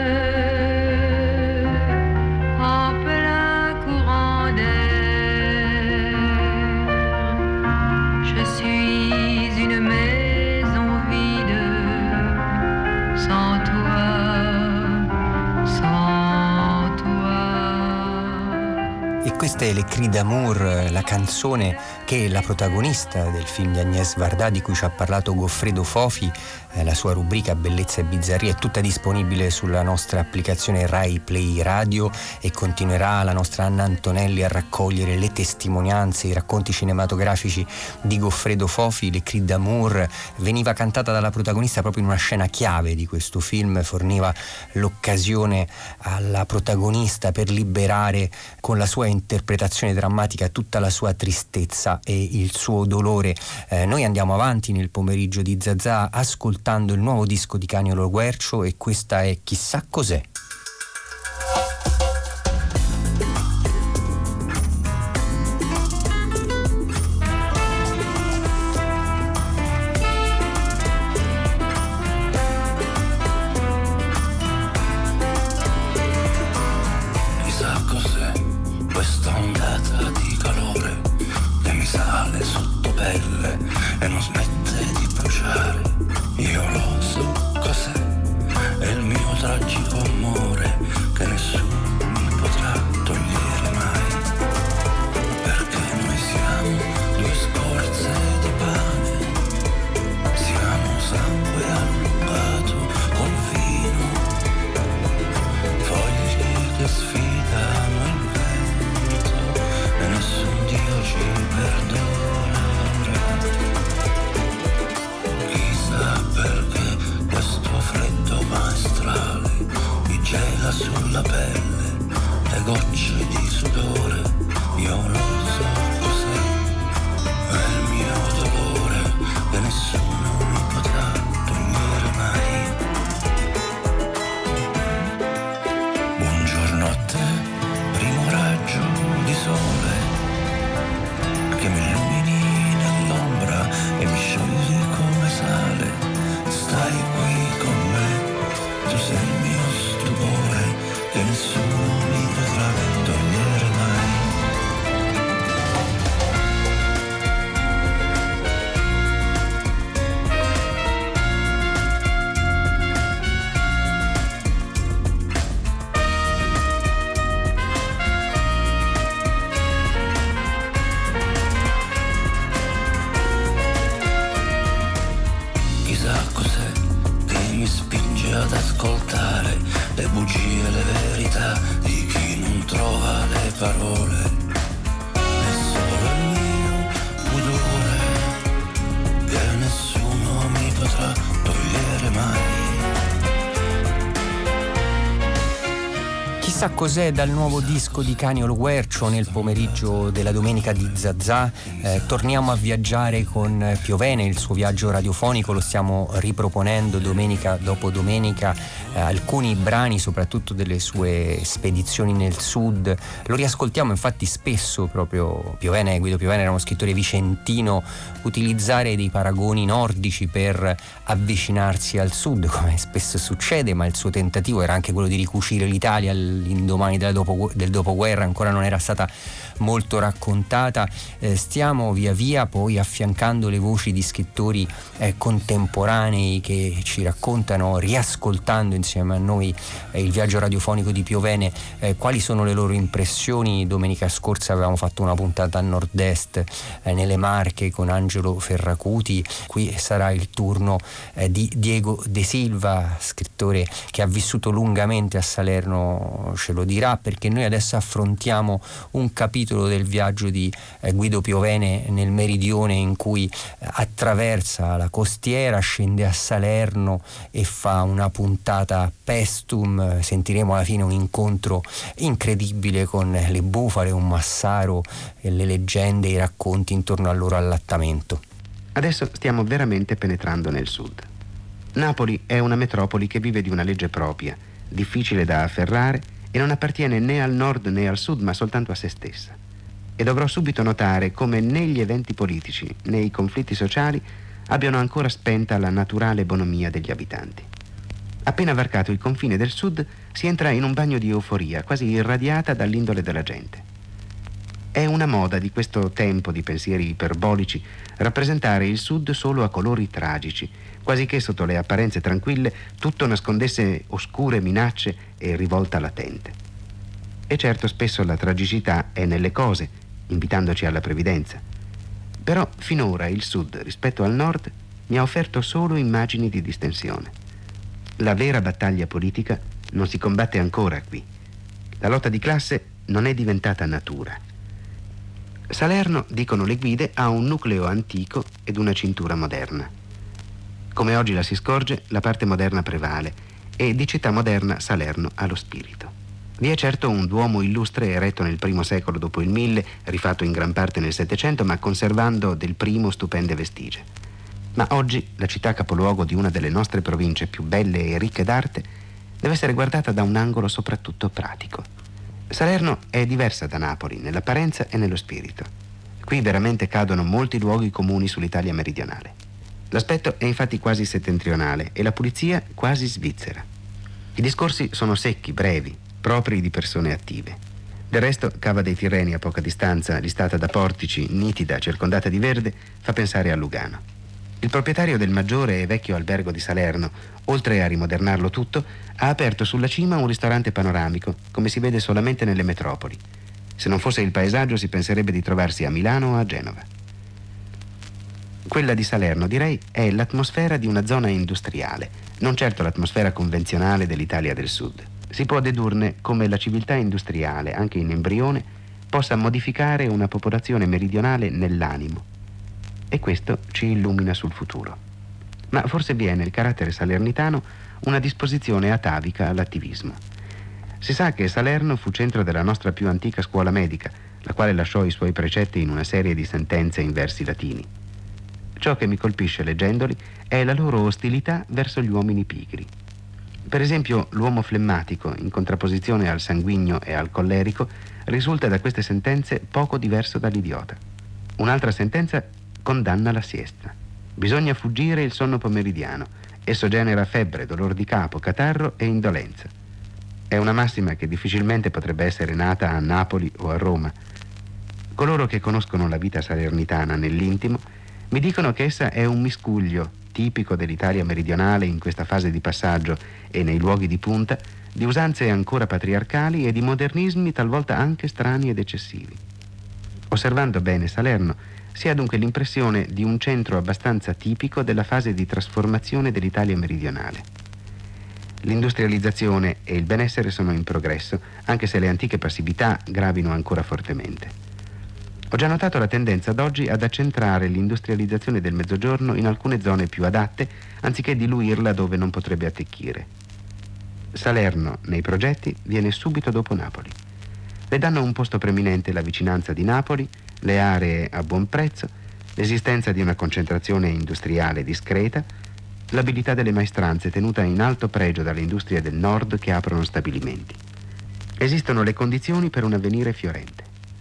en plein courant d'air. Je suis une maison vide sans toi, sans toi. E questa è Le Cris d'amour, la canzone che è la protagonista del film di Agnès Varda, di cui ci ha parlato Goffredo Fofi. Eh, la sua rubrica Bellezza e Bizzarria è tutta disponibile sulla nostra applicazione Rai Play Radio, e continuerà la nostra Anna Antonelli a raccogliere le testimonianze, i racconti cinematografici di Goffredo Fofi. Le Cris d'amour veniva cantata dalla protagonista proprio in una scena chiave di questo film, forniva l'occasione alla protagonista per liberare con la sua interpretazione drammatica tutta la sua tristezza e il suo dolore. Eh, noi andiamo avanti nel pomeriggio di Zazà ascoltando il nuovo disco di Canio Lo Guercio, e questa è Chissà cos'è. Chissà cos'è questa ondata di calore che mi sale sotto pelle e non smette di bruciare. Io lo so cos'è, è il mio tragico amore che nessuno mi potrà togliere mai, perché noi siamo due scorze di pane, siamo sangue allungato col vino, fogli che sfidano il vento e nessun Dio ci perdona. Perché questo freddo maestrale mi gela sulla pelle, le gocce di sudore, io lo so cos'è, è il mio dolore che nessuno mi potrà togliere mai. Buongiorno a te, primo raggio di sole, che mi illumini nell'ombra e mi sciogli come sale. Stai qui con me, tu sei il mio stupore, che nessuno mi potrà togliere mai. Chissà cos'è che mi spinge ad ascoltare scrive le verità di chi non trova le parole. È solo il mio pudore che nessuno mi potrà togliere mai. Chissà cos'è dal nuovo disco di Caniolo Guercio nel pomeriggio della domenica di Zazà. Eh, torniamo a viaggiare con Piovene, il suo viaggio radiofonico lo stiamo riproponendo domenica dopo domenica, eh, alcuni brani soprattutto delle sue spedizioni nel sud. Lo riascoltiamo infatti spesso, proprio Piovene, Guido Piovene era uno scrittore vicentino, utilizzare dei paragoni nordici per avvicinarsi al sud, come spesso succede, ma il suo tentativo era anche quello di ricucire l'Italia l'indomani del, dopo, del dopoguerra, ancora non era stata molto raccontata. Eh, stiamo via via poi affiancando le voci di scrittori eh, contemporanei che ci raccontano, riascoltando insieme a noi eh, il viaggio radiofonico di Piovene, eh, quali sono le loro impressioni. Domenica scorsa avevamo fatto una puntata a nord-est eh, nelle Marche con Angelo Ferracuti. Qui sarà il turno eh, di Diego De Silva, scrittore che ha vissuto lungamente a Salerno, ce lo dirà, perché noi adesso affrontiamo un capitolo del viaggio di eh, Guido Piovene nel meridione, in cui eh, attraversa la costiera, scende a Salerno e fa una puntata pestum. Sentiremo alla fine un incontro incredibile con le bufale, un massaro e le leggende e i racconti intorno al loro allattamento. Adesso stiamo veramente penetrando nel sud. Napoli è una metropoli che vive di una legge propria, difficile da afferrare e non appartiene né al nord né al sud, ma soltanto a se stessa. E dovrò subito notare come né gli eventi politici né i conflitti sociali abbiano ancora spenta la naturale bonomia degli abitanti. Appena varcato il confine del sud si entra in un bagno di euforia, quasi irradiata dall'indole della gente. È una moda di questo tempo di pensieri iperbolici rappresentare il sud solo a colori tragici, quasi che sotto le apparenze tranquille tutto nascondesse oscure minacce e rivolta latente. E certo spesso la tragicità è nelle cose, invitandoci alla previdenza. Però finora il sud rispetto al nord mi ha offerto solo immagini di distensione. La vera battaglia politica non si combatte ancora qui. La lotta di classe non è diventata natura. Salerno, dicono le guide, ha un nucleo antico ed una cintura moderna. Come oggi la si scorge, la parte moderna prevale e di città moderna Salerno ha lo spirito. Vi è certo un duomo illustre eretto nel primo secolo dopo il mille, rifatto in gran parte nel Settecento, ma conservando del primo stupende vestigia. Ma oggi la città capoluogo di una delle nostre province più belle e ricche d'arte deve essere guardata da un angolo soprattutto pratico. Salerno è diversa da Napoli nell'apparenza e nello spirito. Qui veramente cadono molti luoghi comuni sull'Italia meridionale. L'aspetto è infatti quasi settentrionale e la pulizia quasi svizzera. I discorsi sono secchi, brevi, propri di persone attive. Del resto, Cava dei Tirreni, a poca distanza, listata da portici, nitida, circondata di verde, fa pensare a Lugano. Il proprietario del maggiore e vecchio albergo di Salerno, oltre a rimodernarlo tutto, ha aperto sulla cima un ristorante panoramico, come si vede solamente nelle metropoli. Se non fosse il paesaggio si penserebbe di trovarsi a Milano o a Genova. Quella di Salerno, direi, è l'atmosfera di una zona industriale, non certo l'atmosfera convenzionale dell'Italia del Sud. Si può dedurne come la civiltà industriale, anche in embrione, possa modificare una popolazione meridionale nell'animo. E questo ci illumina sul futuro. Ma forse vi è nel carattere salernitano una disposizione atavica all'attivismo. Si sa che Salerno fu centro della nostra più antica scuola medica, la quale lasciò i suoi precetti in una serie di sentenze in versi latini. Ciò che mi colpisce leggendoli è la loro ostilità verso gli uomini pigri. Per esempio, l'uomo flemmatico, in contrapposizione al sanguigno e al collerico, risulta da queste sentenze poco diverso dall'idiota. Un'altra sentenza condanna la siesta. Bisogna fuggire il sonno pomeridiano. Esso genera febbre, dolor di capo, catarro e indolenza. È una massima che difficilmente potrebbe essere nata a Napoli o a Roma. Coloro che conoscono la vita salernitana nell'intimo mi dicono che essa è un miscuglio, tipico dell'Italia meridionale in questa fase di passaggio e nei luoghi di punta, di usanze ancora patriarcali e di modernismi talvolta anche strani ed eccessivi. Osservando bene Salerno, si ha dunque l'impressione di un centro abbastanza tipico della fase di trasformazione dell'Italia meridionale. L'industrializzazione e il benessere sono in progresso, anche se le antiche passività gravino ancora fortemente. Ho già notato la tendenza d'oggi ad accentrare l'industrializzazione del Mezzogiorno in alcune zone più adatte, anziché diluirla dove non potrebbe attecchire. Salerno, nei progetti, viene subito dopo Napoli. Le danno un posto preminente la vicinanza di Napoli, le aree a buon prezzo, l'esistenza di una concentrazione industriale discreta, l'abilità delle maestranze tenuta in alto pregio dalle industrie del nord che aprono stabilimenti. Esistono le condizioni per un avvenire fiorente.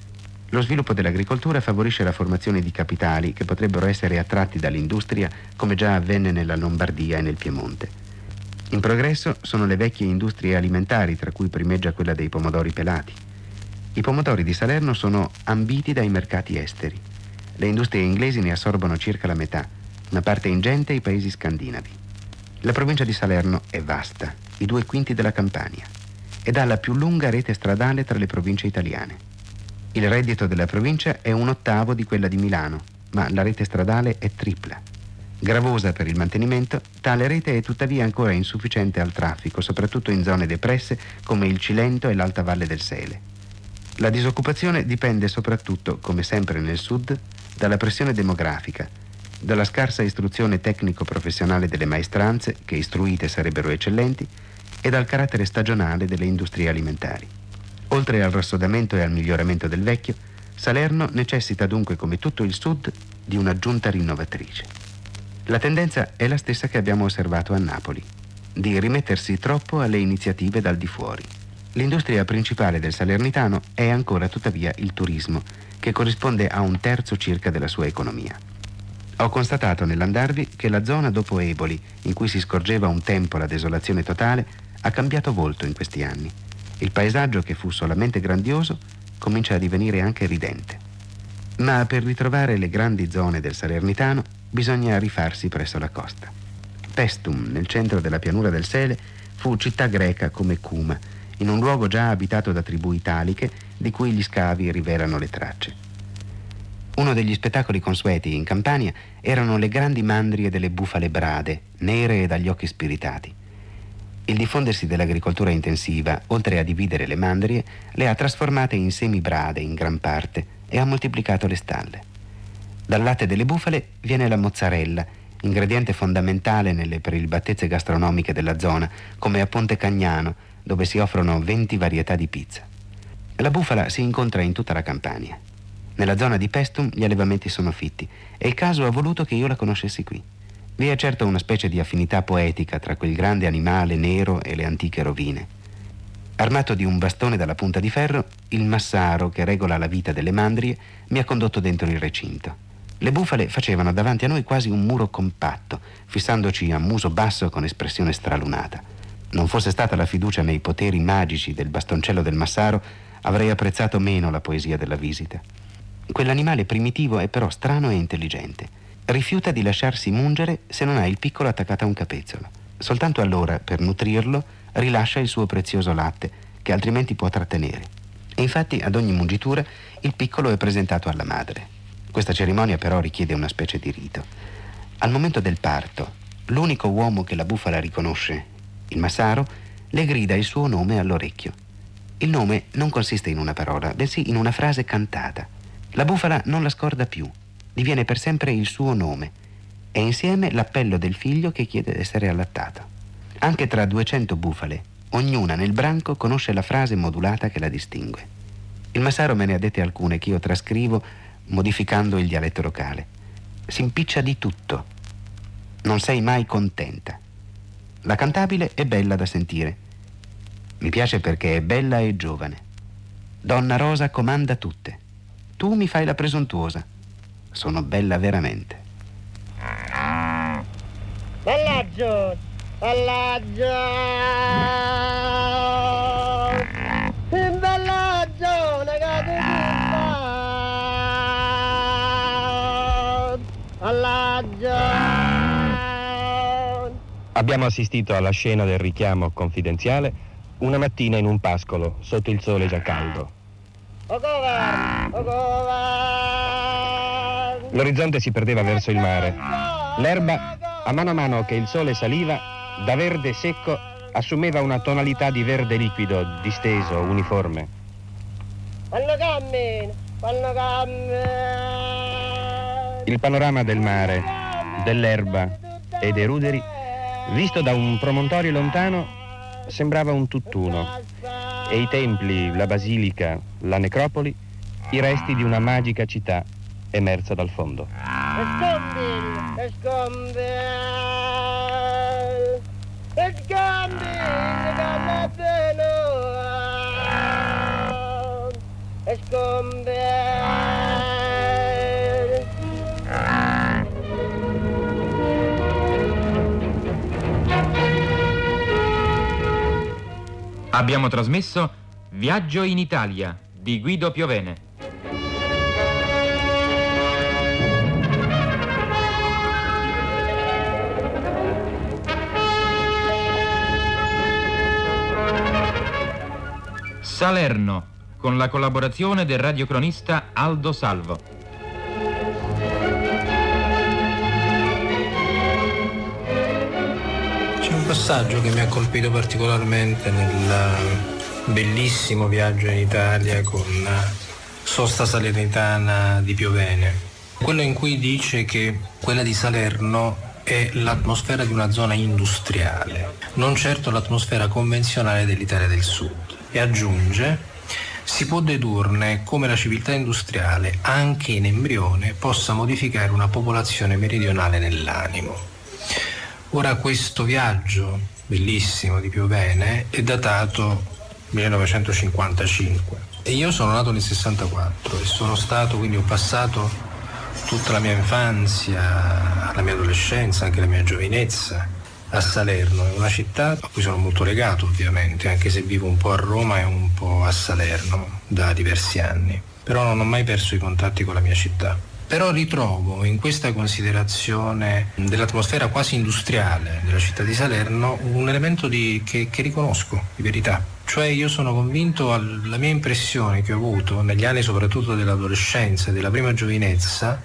Lo sviluppo dell'agricoltura favorisce la formazione di capitali che potrebbero essere attratti dall'industria come già avvenne nella Lombardia e nel Piemonte. In progresso sono le vecchie industrie alimentari, tra cui primeggia quella dei pomodori pelati. I pomodori di Salerno sono ambiti dai mercati esteri. Le industrie inglesi ne assorbono circa la metà, una parte ingente i paesi scandinavi. La provincia di Salerno è vasta, i due quinti della Campania, ed ha la più lunga rete stradale tra le province italiane. Il reddito della provincia è un ottavo di quella di Milano, ma la rete stradale è tripla. Gravosa per il mantenimento, tale rete è tuttavia ancora insufficiente al traffico, soprattutto in zone depresse come il Cilento e l'Alta Valle del Sele. La disoccupazione dipende soprattutto, come sempre nel sud, dalla pressione demografica, dalla scarsa istruzione tecnico-professionale delle maestranze, che istruite sarebbero eccellenti, e dal carattere stagionale delle industrie alimentari. Oltre al rassodamento e al miglioramento del vecchio, Salerno necessita dunque, come tutto il sud, di un'aggiunta rinnovatrice. La tendenza è la stessa che abbiamo osservato a Napoli, di rimettersi troppo alle iniziative dal di fuori. L'industria principale del Salernitano è ancora tuttavia il turismo, che corrisponde a un terzo circa della sua economia. Ho constatato nell'andarvi che la zona dopo Eboli, in cui si scorgeva un tempo la desolazione totale, ha cambiato volto in questi anni. Il paesaggio, che fu solamente grandioso, comincia a divenire anche ridente. Ma per ritrovare le grandi zone del Salernitano bisogna rifarsi presso la costa. Pestum, nel centro della pianura del Sele, fu città greca come Cuma, in un luogo già abitato da tribù italiche di cui gli scavi rivelano le tracce. Uno degli spettacoli consueti in Campania erano le grandi mandrie delle bufale brade, nere e dagli occhi spiritati. Il diffondersi dell'agricoltura intensiva, oltre a dividere le mandrie, le ha trasformate in semibrade in gran parte e ha moltiplicato le stalle. Dal latte delle bufale viene la mozzarella, ingrediente fondamentale nelle prelibatezze gastronomiche della zona, come a Ponte Cagnano, dove si offrono venti varietà di pizza. La bufala si incontra in tutta la Campania. Nella zona di Pestum gli allevamenti sono fitti e il caso ha voluto che io la conoscessi qui. Vi è certo una specie di affinità poetica tra quel grande animale nero e le antiche rovine. Armato di un bastone dalla punta di ferro, il massaro che regola la vita delle mandrie mi ha condotto dentro il recinto. Le bufale facevano davanti a noi quasi un muro compatto, fissandoci a muso basso con espressione stralunata. Non fosse stata la fiducia nei poteri magici del bastoncello del massaro, avrei apprezzato meno la poesia della visita. Quell'animale primitivo è però strano e intelligente. Rifiuta di lasciarsi mungere se non ha il piccolo attaccato a un capezzolo. Soltanto allora, per nutrirlo, rilascia il suo prezioso latte, che altrimenti può trattenere. E infatti, ad ogni mungitura, il piccolo è presentato alla madre. Questa cerimonia però richiede una specie di rito. Al momento del parto, l'unico uomo che la bufala riconosce, il massaro, le grida il suo nome all'orecchio. Il nome non consiste in una parola, bensì in una frase cantata. La bufala non la scorda più. Diviene per sempre il suo nome e insieme l'appello del figlio che chiede di essere allattato. Anche tra duecento bufale, ognuna nel branco conosce la frase modulata che la distingue. Il massaro me ne ha dette alcune che io trascrivo modificando il dialetto locale. Si impiccia di tutto. Non sei mai contenta. La cantabile è bella da sentire. Mi piace perché è bella e giovane. Donna Rosa comanda tutte. Tu mi fai la presuntuosa. Sono bella veramente. Ballaggio! Ballaggio! In ballaggio una caterina! Ballaggio! Abbiamo assistito alla scena del richiamo confidenziale una mattina in un pascolo sotto il sole già caldo. O governo! O governo! L'orizzonte si perdeva verso il mare. L'erba, a mano a mano che il sole saliva, da verde secco assumeva una tonalità di verde liquido, disteso, uniforme. Quando cammino, quando cammino. Il panorama del mare, dell'erba e dei ruderi, visto da un promontorio lontano, sembrava un tutt'uno. E i templi, la basilica, la necropoli, i resti di una magica città emersa dal fondo. Le scombi, le scombi, le scombi, le scombi. Abbiamo trasmesso Viaggio in Italia di Guido Piovene. Salerno, con la collaborazione del radiocronista Aldo Salvo. C'è un passaggio che mi ha colpito particolarmente nel bellissimo viaggio in Italia con sosta salernitana di Piovene, quello in cui dice che quella di Salerno è l'atmosfera di una zona industriale, non certo l'atmosfera convenzionale dell'Italia del Sud. E aggiunge: si può dedurne come la civiltà industriale, anche in embrione, possa modificare una popolazione meridionale nell'animo. Ora, questo viaggio bellissimo di Piovene è datato millenovecentocinquantacinque e io sono nato nel sessantaquattro e sono stato, quindi ho passato tutta la mia infanzia, la mia adolescenza, anche la mia giovinezza a Salerno. È una città a cui sono molto legato, ovviamente, anche se vivo un po' a Roma e un po' a Salerno da diversi anni, però non ho mai perso i contatti con la mia città. Però ritrovo in questa considerazione dell'atmosfera quasi industriale della città di Salerno un elemento di, che, che riconosco, di verità. Cioè, io sono convinto, la mia impressione che ho avuto negli anni soprattutto dell'adolescenza e della prima giovinezza,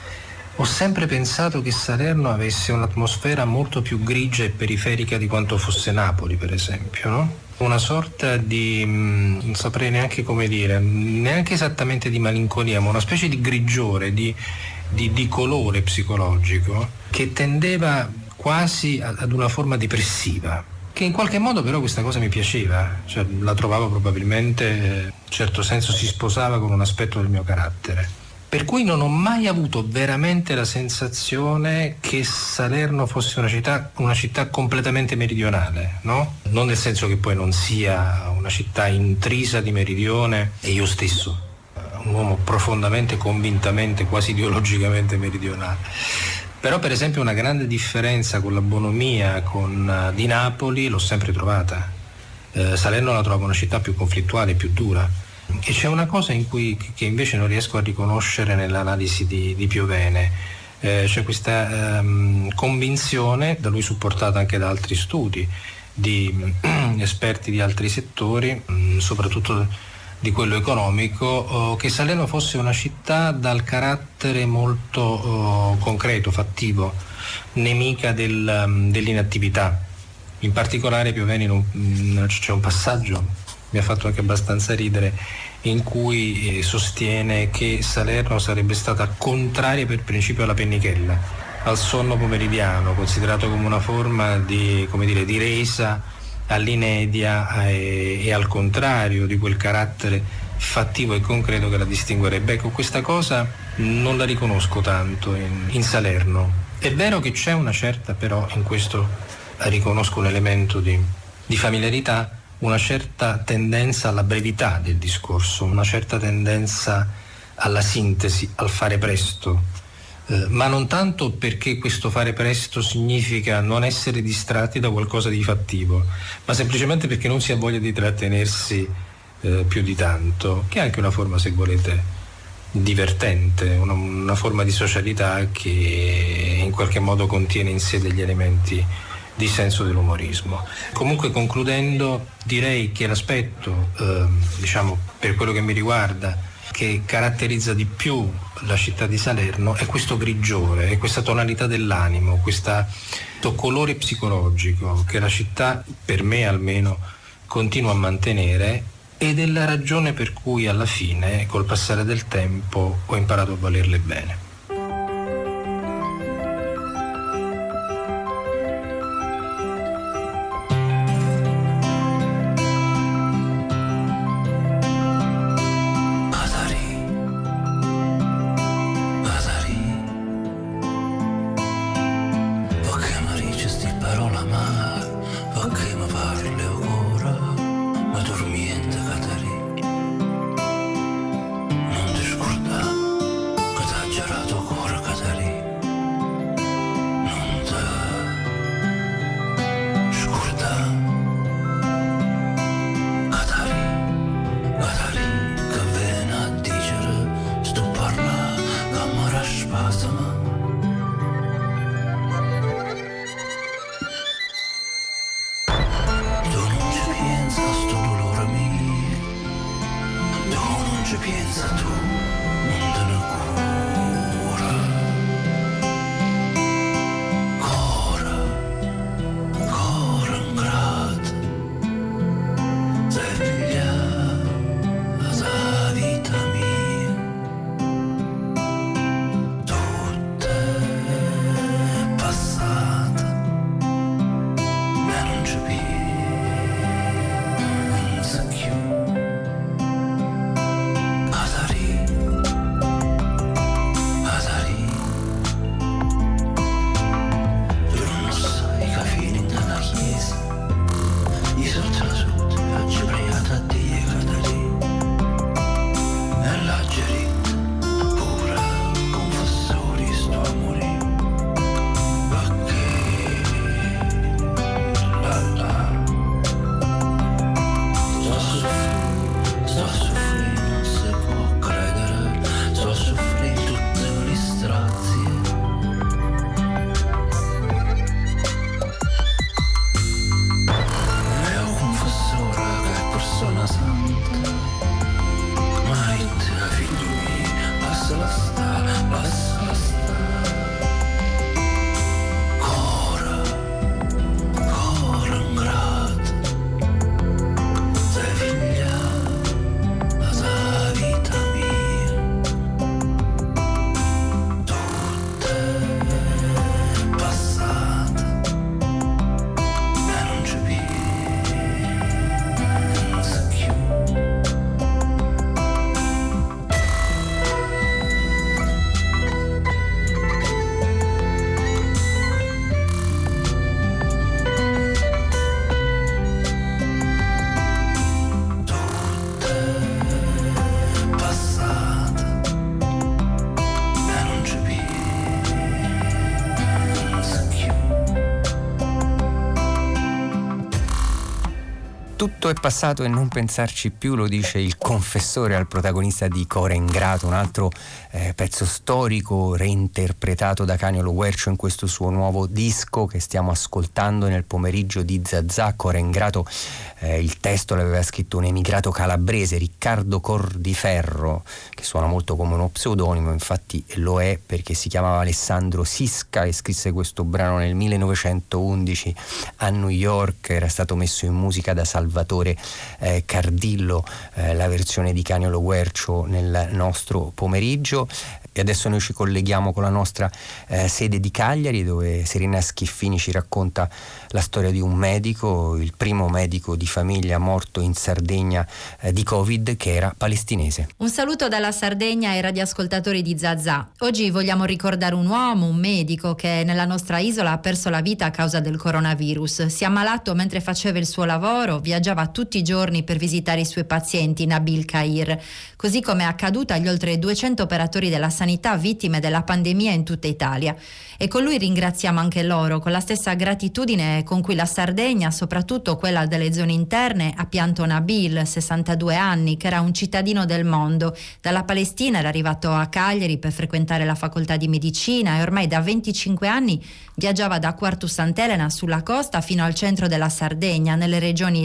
ho sempre pensato che Salerno avesse un'atmosfera molto più grigia e periferica di quanto fosse Napoli, per esempio, no? Una sorta di, non saprei neanche come dire, neanche esattamente di malinconia, ma una specie di grigiore, di, di, di colore psicologico che tendeva quasi ad una forma depressiva, che in qualche modo però questa cosa mi piaceva, cioè la trovavo probabilmente, in certo senso si sposava con un aspetto del mio carattere. Per cui non ho mai avuto veramente la sensazione che Salerno fosse una città, una città completamente meridionale, no? Non nel senso che poi non sia una città intrisa di meridione, e io stesso, un uomo profondamente, convintamente, quasi ideologicamente meridionale. Però per esempio una grande differenza con la bonomia con, di Napoli l'ho sempre trovata. Eh, Salerno la trovo una città più conflittuale, più dura. E c'è una cosa in cui, che invece non riesco a riconoscere nell'analisi di, di Piovene, eh, c'è questa ehm, convinzione, da lui supportata anche da altri studi, di eh, esperti di altri settori, mh, soprattutto di quello economico, oh, che Salerno fosse una città dal carattere molto oh, concreto, fattivo, nemica del, um, dell'inattività. In particolare Piovene, non, mh, c'è un passaggio mi ha fatto anche abbastanza ridere, in cui eh, sostiene che Salerno sarebbe stata contraria per principio alla pennichella, al sonno pomeridiano, considerato come una forma di, come dire, di resa all'inedia e, e al contrario di quel carattere fattivo e concreto che la distinguerebbe. Ecco, questa cosa non la riconosco tanto in, in Salerno. È vero che c'è una certa, però in questo riconosco un elemento di, di familiarità, una certa tendenza alla brevità del discorso, una certa tendenza alla sintesi, al fare presto, eh, ma non tanto perché questo fare presto significa non essere distratti da qualcosa di fattivo, ma semplicemente perché non si ha voglia di trattenersi eh, più di tanto, che è anche una forma, se volete, divertente, una, una forma di socialità che in qualche modo contiene in sé degli elementi di senso dell'umorismo. Comunque, concludendo, direi che l'aspetto, eh, diciamo, per quello che mi riguarda, che caratterizza di più la città di Salerno è questo grigiore, è questa tonalità dell'animo, questa, questo colore psicologico che la città, per me almeno, continua a mantenere, ed è la ragione per cui alla fine, col passare del tempo, ho imparato a volerle bene. Tutto è passato e non pensarci più, lo dice il confessore al protagonista di Core Ingrato, un altro eh, pezzo storico reinterpretato da Canio Lo Guercio in questo suo nuovo disco che stiamo ascoltando nel pomeriggio di Zazà. Core Ingrato, eh, il testo l'aveva scritto un emigrato calabrese, Riccardo Cordiferro, che suona molto come uno pseudonimo, infatti lo è perché si chiamava Alessandro Sisca e scrisse questo brano nel millenovecentoundici a New York. Era stato messo in musica da Salvatore eh, Cardillo, eh, la versione di Canio Lo Guercio nel nostro pomeriggio. E adesso noi ci colleghiamo con la nostra eh, sede di Cagliari, dove Serena Schiffini ci racconta la storia di un medico, il primo medico di famiglia morto in Sardegna eh, di Covid, che era palestinese. Un saluto dalla Sardegna ai radioascoltatori di Zazà. Oggi vogliamo ricordare un uomo, un medico che nella nostra isola ha perso la vita a causa del coronavirus. Si è ammalato mentre faceva il suo lavoro, viaggiava tutti i giorni per visitare i suoi pazienti, Nabil Kair, così come è accaduto agli oltre duecento operatori della sanità vittime della pandemia in tutta Italia. E con lui ringraziamo anche loro, con la stessa gratitudine con cui la Sardegna, soprattutto quella delle zone interne, ha pianto Nabil, sessantadue anni, che era un cittadino del mondo. Dalla Palestina era arrivato a Cagliari per frequentare la facoltà di medicina e ormai da venticinque anni viaggiava da Quartu Sant'Elena sulla costa fino al centro della Sardegna, nelle regioni della Barbagia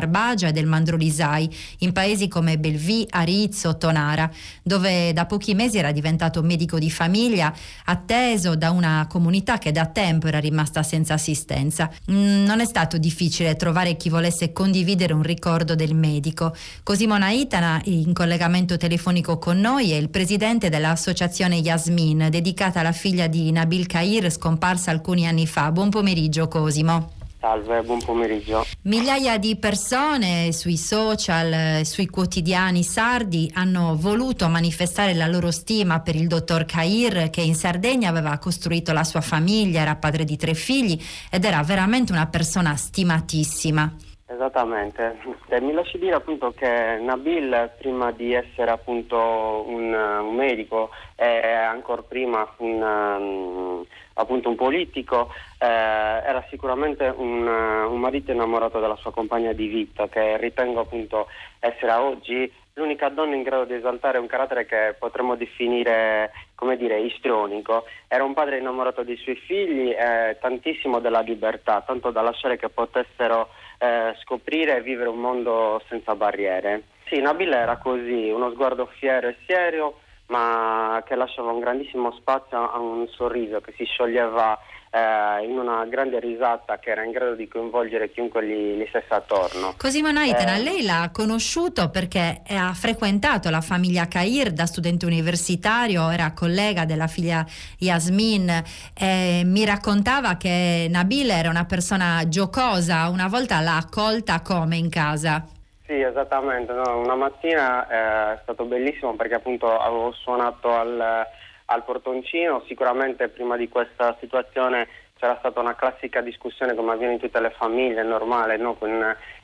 Barbagia e del Mandrolisai, in paesi come Belvì, Arizzo, Tonara, dove da pochi mesi era diventato medico di famiglia, atteso da una comunità che da tempo era rimasta senza assistenza. Mm, non è stato difficile trovare chi volesse condividere un ricordo del medico. Cosimo Naitana, in collegamento telefonico con noi, è il presidente dell'associazione Yasmin, dedicata alla figlia di Nabil Kair, scomparsa alcuni anni fa. Buon pomeriggio, Cosimo. Salve, buon pomeriggio. Migliaia di persone sui social, sui quotidiani sardi hanno voluto manifestare la loro stima per il dottor Kair, che in Sardegna aveva costruito la sua famiglia, era padre di tre figli ed era veramente una persona stimatissima. Esattamente, e mi lasci dire appunto che Nabil, prima di essere appunto un, un medico e ancora prima un, um, appunto un politico, eh, era sicuramente un, un marito innamorato della sua compagna di vita, che ritengo appunto essere a oggi l'unica donna in grado di esaltare un carattere che potremmo definire, come dire, istrionico. Era un padre innamorato dei suoi figli e tantissimo della libertà, tanto da lasciare che potessero eh, scoprire e vivere un mondo senza barriere. Sì, Nabil era così, uno sguardo fiero e serio, ma che lasciava un grandissimo spazio a un sorriso che si scioglieva eh, in una grande risata che era in grado di coinvolgere chiunque gli, gli stesse attorno. Cosimo Naitana, Eh, lei l'ha conosciuto perché ha frequentato la famiglia Kair da studente universitario, era collega della figlia Yasmin, e mi raccontava che Nabil era una persona giocosa, una volta l'ha accolta come in casa. Sì, esattamente, no, una mattina eh, è stato bellissimo perché appunto avevo suonato al, al portoncino. Sicuramente prima di questa situazione c'era stata una classica discussione come avviene in tutte le famiglie, è normale, no? con,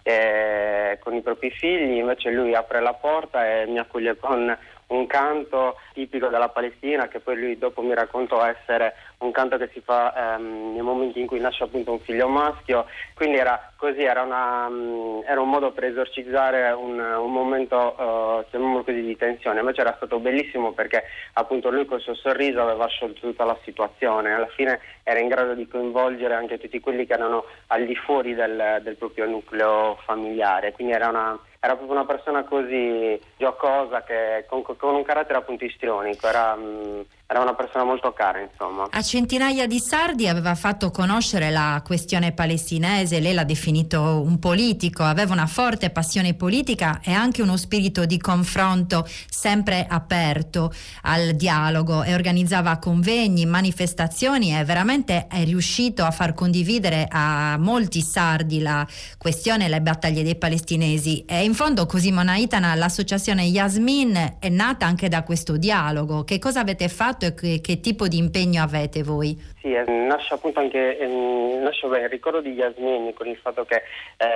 eh, con i propri figli. Invece lui apre la porta e mi accoglie con un canto tipico della Palestina, che poi lui dopo mi raccontò essere un canto che si fa ehm, nei momenti in cui nasce appunto un figlio maschio. Quindi era così, era, una, um, era un modo per esorcizzare un, un momento, uh, chiamiamolo così, di tensione. Invece era stato bellissimo perché appunto lui col suo sorriso aveva sciolto tutta la situazione, alla fine era in grado di coinvolgere anche tutti quelli che erano al di fuori del, del proprio nucleo familiare. Quindi era una Era proprio una persona così giocosa, che con, con un carattere appunto istrionico, era, mh, era una persona molto cara, insomma. A centinaia di sardi aveva fatto conoscere la questione palestinese, lei l'ha definito un politico, aveva una forte passione politica e anche uno spirito di confronto sempre aperto al dialogo, e organizzava convegni, manifestazioni, e veramente è riuscito a far condividere a molti sardi la questione e le battaglie dei palestinesi. E in fondo Cosimo Naitana, l'associazione Yasmin è nata anche da questo dialogo. Che cosa avete fatto e che, che tipo di impegno avete voi? Sì, eh, nasce appunto anche eh, nasce beh, il ricordo di Yasmin, con il fatto che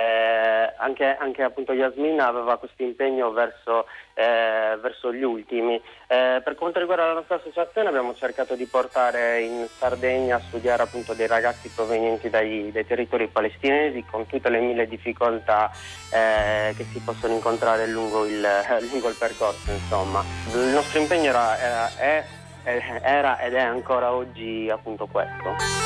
eh, anche, anche appunto Yasmin aveva questo impegno verso, eh, verso gli ultimi. Eh, per quanto riguarda la nostra associazione, abbiamo cercato di portare in Sardegna a studiare appunto dei ragazzi provenienti dai, dai territori palestinesi, con tutte le mille difficoltà eh, che si possono incontrare lungo il, lungo il percorso, insomma. Il nostro impegno era, era, è, era ed è ancora oggi appunto questo.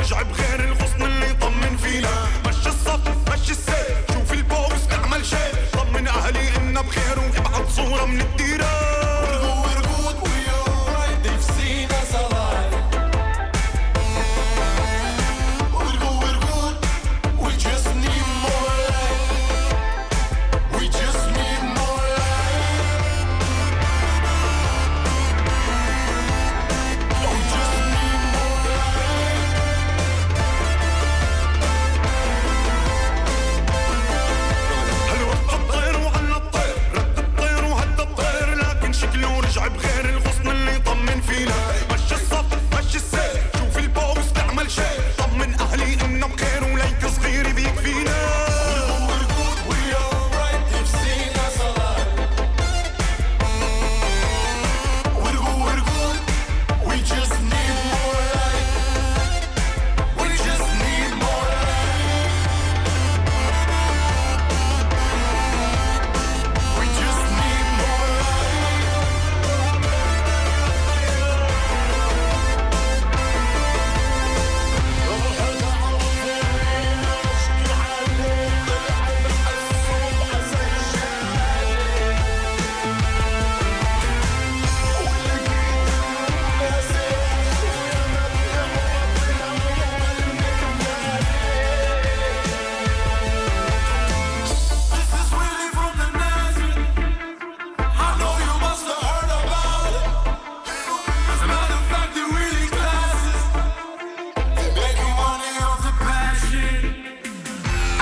بغير الغصن اللي يطمن فينا مشي الصف مشي السير شوف البوس اعمل شيء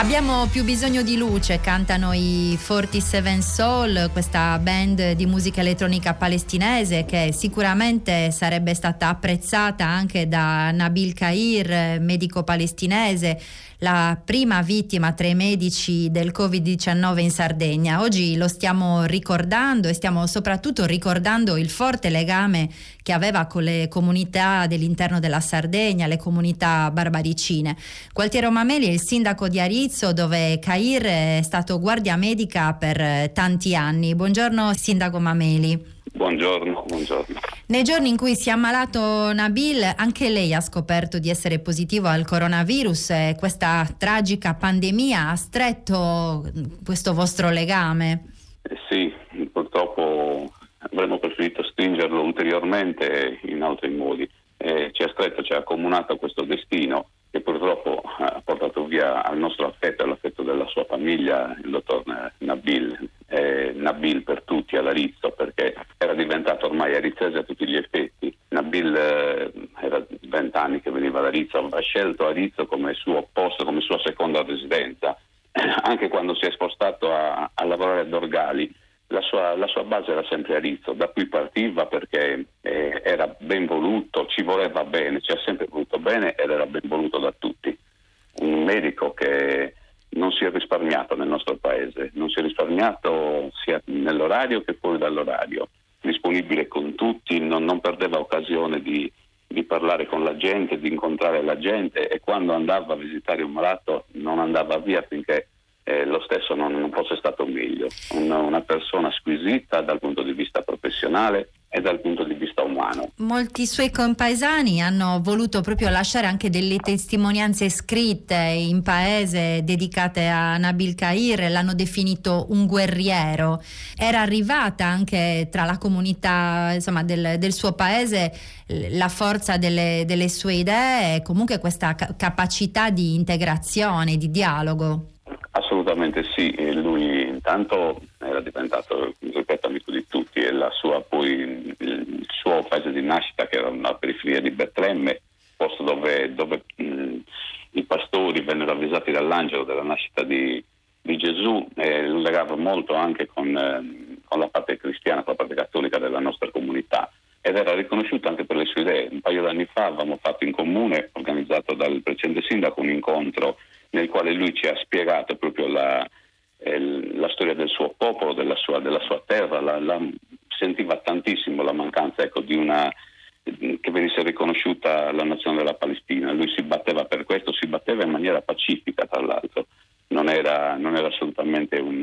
Abbiamo più bisogno di luce, cantano i quarantasette Soul, questa band di musica elettronica palestinese che sicuramente sarebbe stata apprezzata anche da Nabil Kair, medico palestinese, la prima vittima tra i medici del covid diciannove in Sardegna. Oggi lo stiamo ricordando e stiamo soprattutto ricordando il forte legame che aveva con le comunità dell'interno della Sardegna, le comunità barbaricine. Gualtiero Mameli è il sindaco di Arizzo, dove Kair è stato guardia medica per tanti anni. Buongiorno sindaco Mameli. Buongiorno, buongiorno. Nei giorni in cui si è ammalato Nabil, anche lei ha scoperto di essere positivo al coronavirus e questa tragica pandemia ha stretto questo vostro legame. Eh sì, purtroppo avremmo preferito stringerlo ulteriormente in altri modi. Eh, ci ha stretto, ci ha accomunato questo destino che purtroppo ha portato via al nostro affetto e all'affetto della sua famiglia il dottor Nabil. Eh, Nabil per tutti all'Arizzo, perché era diventato ormai arizzese a tutti gli effetti. Nabil eh, era vent'anni che veniva ad Arizzo, aveva scelto Arizzo come suo posto, come sua seconda residenza. Anche quando si è spostato a, a lavorare ad Dorgali, la sua, la sua base era sempre Arizzo, da cui partiva perché eh, era ben voluto, ci voleva bene, ci ha sempre voluto bene ed era ben voluto da tutti. Un medico che non si è risparmiato nel nostro paese, non si è risparmiato sia nell'orario che fuori dall'orario, disponibile con tutti, non, non perdeva occasione di, di parlare con la gente, di incontrare la gente, e quando andava a visitare un malato non andava via finché eh, lo stesso non, non fosse stato meglio. Una, una persona squisita dal punto di vista professionale e dal punto di vista umano. Molti suoi compaesani hanno voluto proprio lasciare anche delle testimonianze scritte in paese dedicate a Nabil Kair, l'hanno definito un guerriero. Era arrivata anche tra la comunità, insomma, del, del suo paese la forza delle, delle sue idee e comunque questa ca- capacità di integrazione, di dialogo. Assolutamente sì, e lui intanto era diventato, ripeto, amico di tutti, e la sua poi il suo paese di nascita, che era una periferia di Betlemme, posto dove, dove mh, i pastori vennero avvisati dall'angelo della nascita di, di Gesù, e lo legava molto anche con, eh, con la parte cristiana, con la parte cattolica della nostra comunità, ed era riconosciuto anche per le sue idee. Un paio d'anni fa avevamo fatto in comune, organizzato dal precedente sindaco, un incontro nel quale lui ci ha spiegato proprio la, eh, la storia del suo popolo, della sua, della sua terra. La, la, sentiva tantissimo la mancanza, ecco, di una che venisse riconosciuta la nazione della Palestina. Lui si batteva per questo, si batteva in maniera pacifica, tra l'altro. Non era, non era assolutamente un,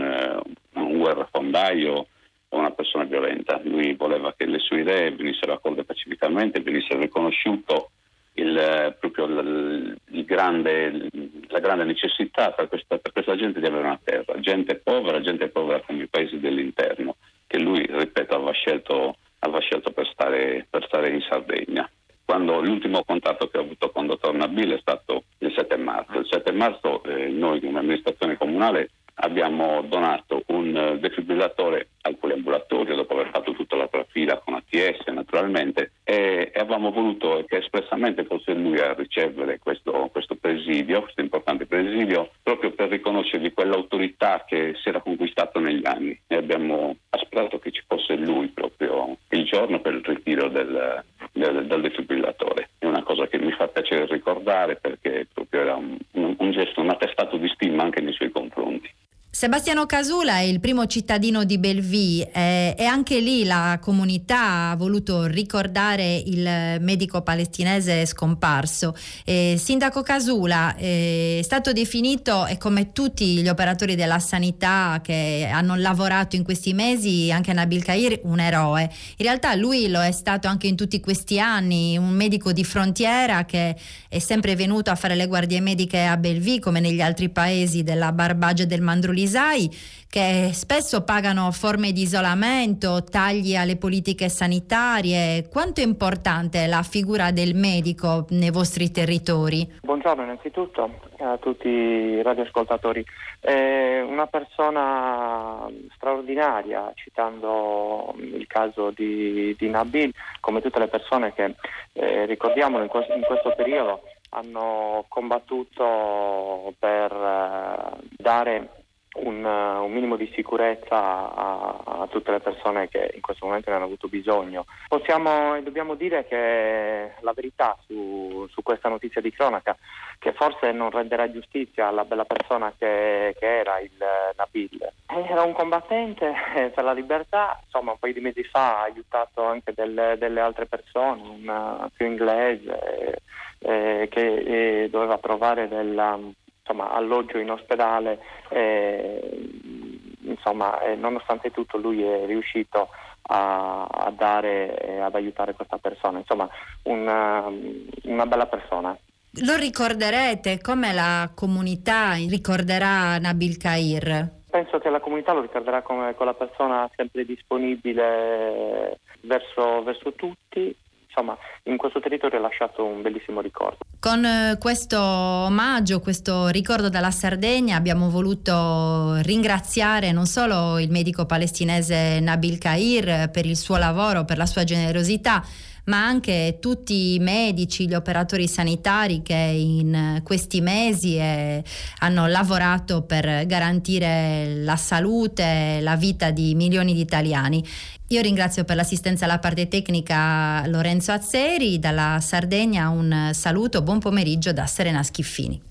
un guerrafondaio o una persona violenta. Lui voleva che le sue idee venissero accolte pacificamente, venisse riconosciuto il, proprio il, il grande, la grande necessità per questa, per questa gente di avere una terra, gente povera, gente povera come i paesi dell'interno, che lui, ripeto, aveva scelto, aveva scelto per stare, per stare in Sardegna. Quando l'ultimo contatto che ho avuto con il dottor Nabil è stato il sette marzo. Il sette marzo eh, noi come amministrazione comunale abbiamo donato un uh, defibrillatore al poliambulatorio dopo aver fatto tutta la trafila con A T S naturalmente, e, e avevamo voluto che espressamente fosse lui a ricevere questo, questo presidio, questo importante presidio, proprio per riconoscergli quell'autorità che si era conquistato negli anni, e abbiamo sperato che ci fosse lui proprio il giorno per il ritiro del, del, del defibrillatore. È una cosa che mi fa piacere ricordare, perché proprio era un, un, un gesto, un attestato di stima anche nei suoi confronti. Sebastiano Casula è il primo cittadino di Bellevue eh, e anche lì la comunità ha voluto ricordare il medico palestinese scomparso. Eh, Sindaco Casula, eh, è stato definito, e come tutti gli operatori della sanità che hanno lavorato in questi mesi, anche Nabil Kair, un eroe. In realtà lui lo è stato anche in tutti questi anni, un medico di frontiera che è sempre venuto a fare le guardie mediche a Bellevue, come negli altri paesi della Barbagia e del Mandrulisai, che spesso pagano forme di isolamento, tagli alle politiche sanitarie. Quanto è importante la figura del medico nei vostri territori? Buongiorno innanzitutto a tutti i radioascoltatori. È una persona straordinaria, citando il caso di, di Nabil, come tutte le persone che eh, ricordiamo in questo, in questo periodo hanno combattuto per eh, dare un, uh, un minimo di sicurezza a, a tutte le persone che in questo momento ne hanno avuto bisogno. Possiamo e dobbiamo dire che la verità su, su questa notizia di cronaca, che forse non renderà giustizia alla bella persona che, che era il uh, Nabil. Era un combattente per la libertà, insomma un paio di mesi fa ha aiutato anche delle, delle altre persone, un più inglese eh, che eh, doveva trovare della insomma alloggio in ospedale, eh, insomma eh, nonostante tutto lui è riuscito a, a dare e ad aiutare questa persona, insomma una, una bella persona. Lo ricorderete come la comunità ricorderà Nabil Kair? Penso che la comunità lo ricorderà come quella persona sempre disponibile verso, verso tutti. Insomma, in questo territorio ha lasciato un bellissimo ricordo. Con eh, questo omaggio, questo ricordo dalla Sardegna, abbiamo voluto ringraziare non solo il medico palestinese Nabil Kair per il suo lavoro, per la sua generosità, ma anche tutti i medici, gli operatori sanitari che in questi mesi eh, hanno lavorato per garantire la salute e la vita di milioni di italiani. Io ringrazio per l'assistenza alla parte tecnica Lorenzo Azzeri. Dalla Sardegna un saluto, buon pomeriggio da Serena Schiffini.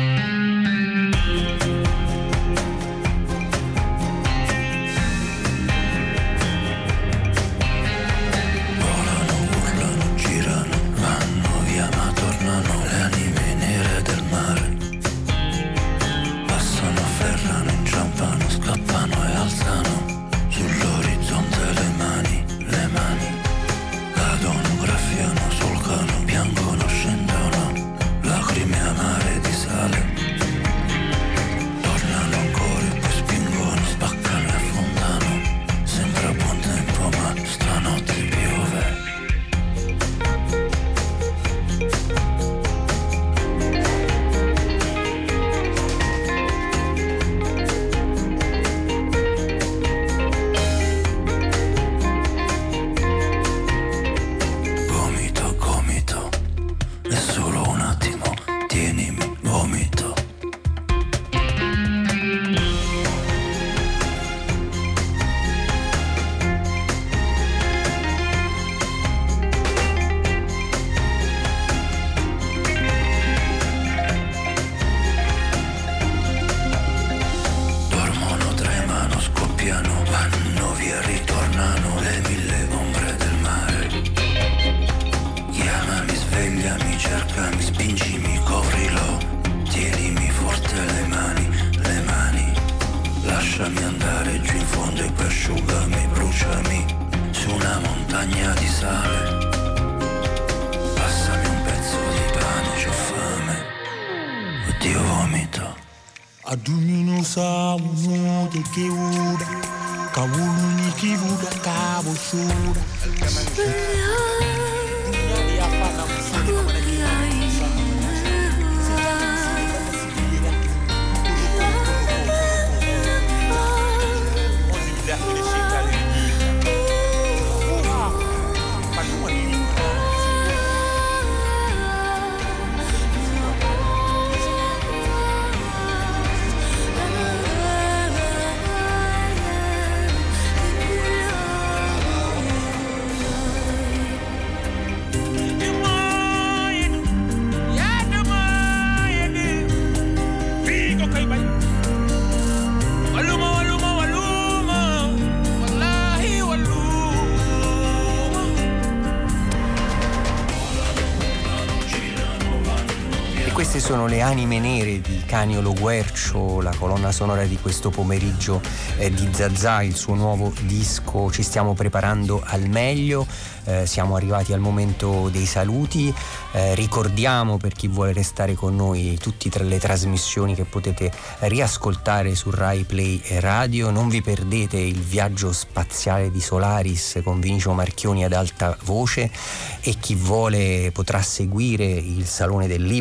Queste sono le anime nere di Canio Lo Guercio, la colonna sonora di questo pomeriggio eh, di Zazà, il suo nuovo disco. Ci stiamo preparando al meglio, eh, siamo arrivati al momento dei saluti. Eh, ricordiamo, per chi vuole restare con noi, tutte tra le trasmissioni che potete riascoltare su Rai Play e Radio. Non vi perdete il viaggio spaziale di Solaris con Vinicio Marchioni ad alta voce, e chi vuole potrà seguire il Salone del Libro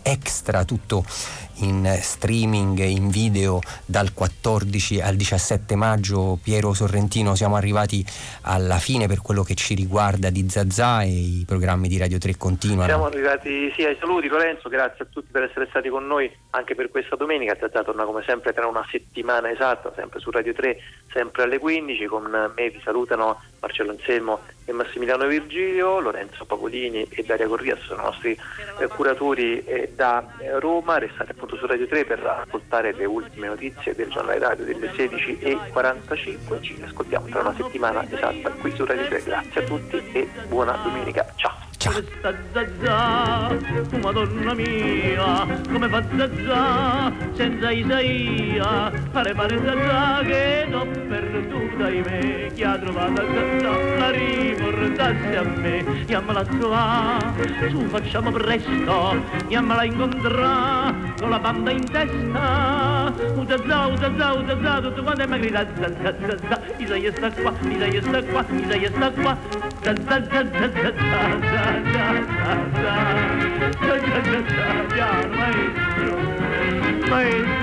extra, tutto in streaming, in video dal quattordici al diciassette maggio. Piero Sorrentino, siamo arrivati alla fine per quello che ci riguarda di Zazà, e i programmi di Radio tre continuano. Siamo arrivati sì ai saluti. Lorenzo, grazie a tutti per essere stati con noi anche per questa domenica. Zazà torna come sempre tra una settimana esatta, sempre su Radio tre, sempre alle quindici. Con me vi salutano Marcello Anselmo e Massimiliano Virgilio. Lorenzo Pavolini e Daria Corrias sono i nostri eh, curatori eh, da eh, Roma. Restate appunto su Radio tre per ascoltare le ultime notizie del giornale radio delle sedici e quarantacinque. Ci ascoltiamo tra una settimana esatta qui su Radio tre. Grazie a tutti e buona domenica. Ciao. Ciao. Questa Zazà, Madonna mia, come fa Zazà senza Isaia, pare pare Zazà che l'ho perduta in me, chi ha trovato Zazà la riportasse a me, chiamala qua, su facciamo presto, chiamala incontrà, con la banda in testa, u Zazà, u Zazà, u Zazà, tutto quanto mi grida Zazà, Zazà, Isaia sta qua, Isaia sta qua, Isaia sta qua, Zazà, Zazà, Zazà, Da da da da da da da da da maestro, maestro.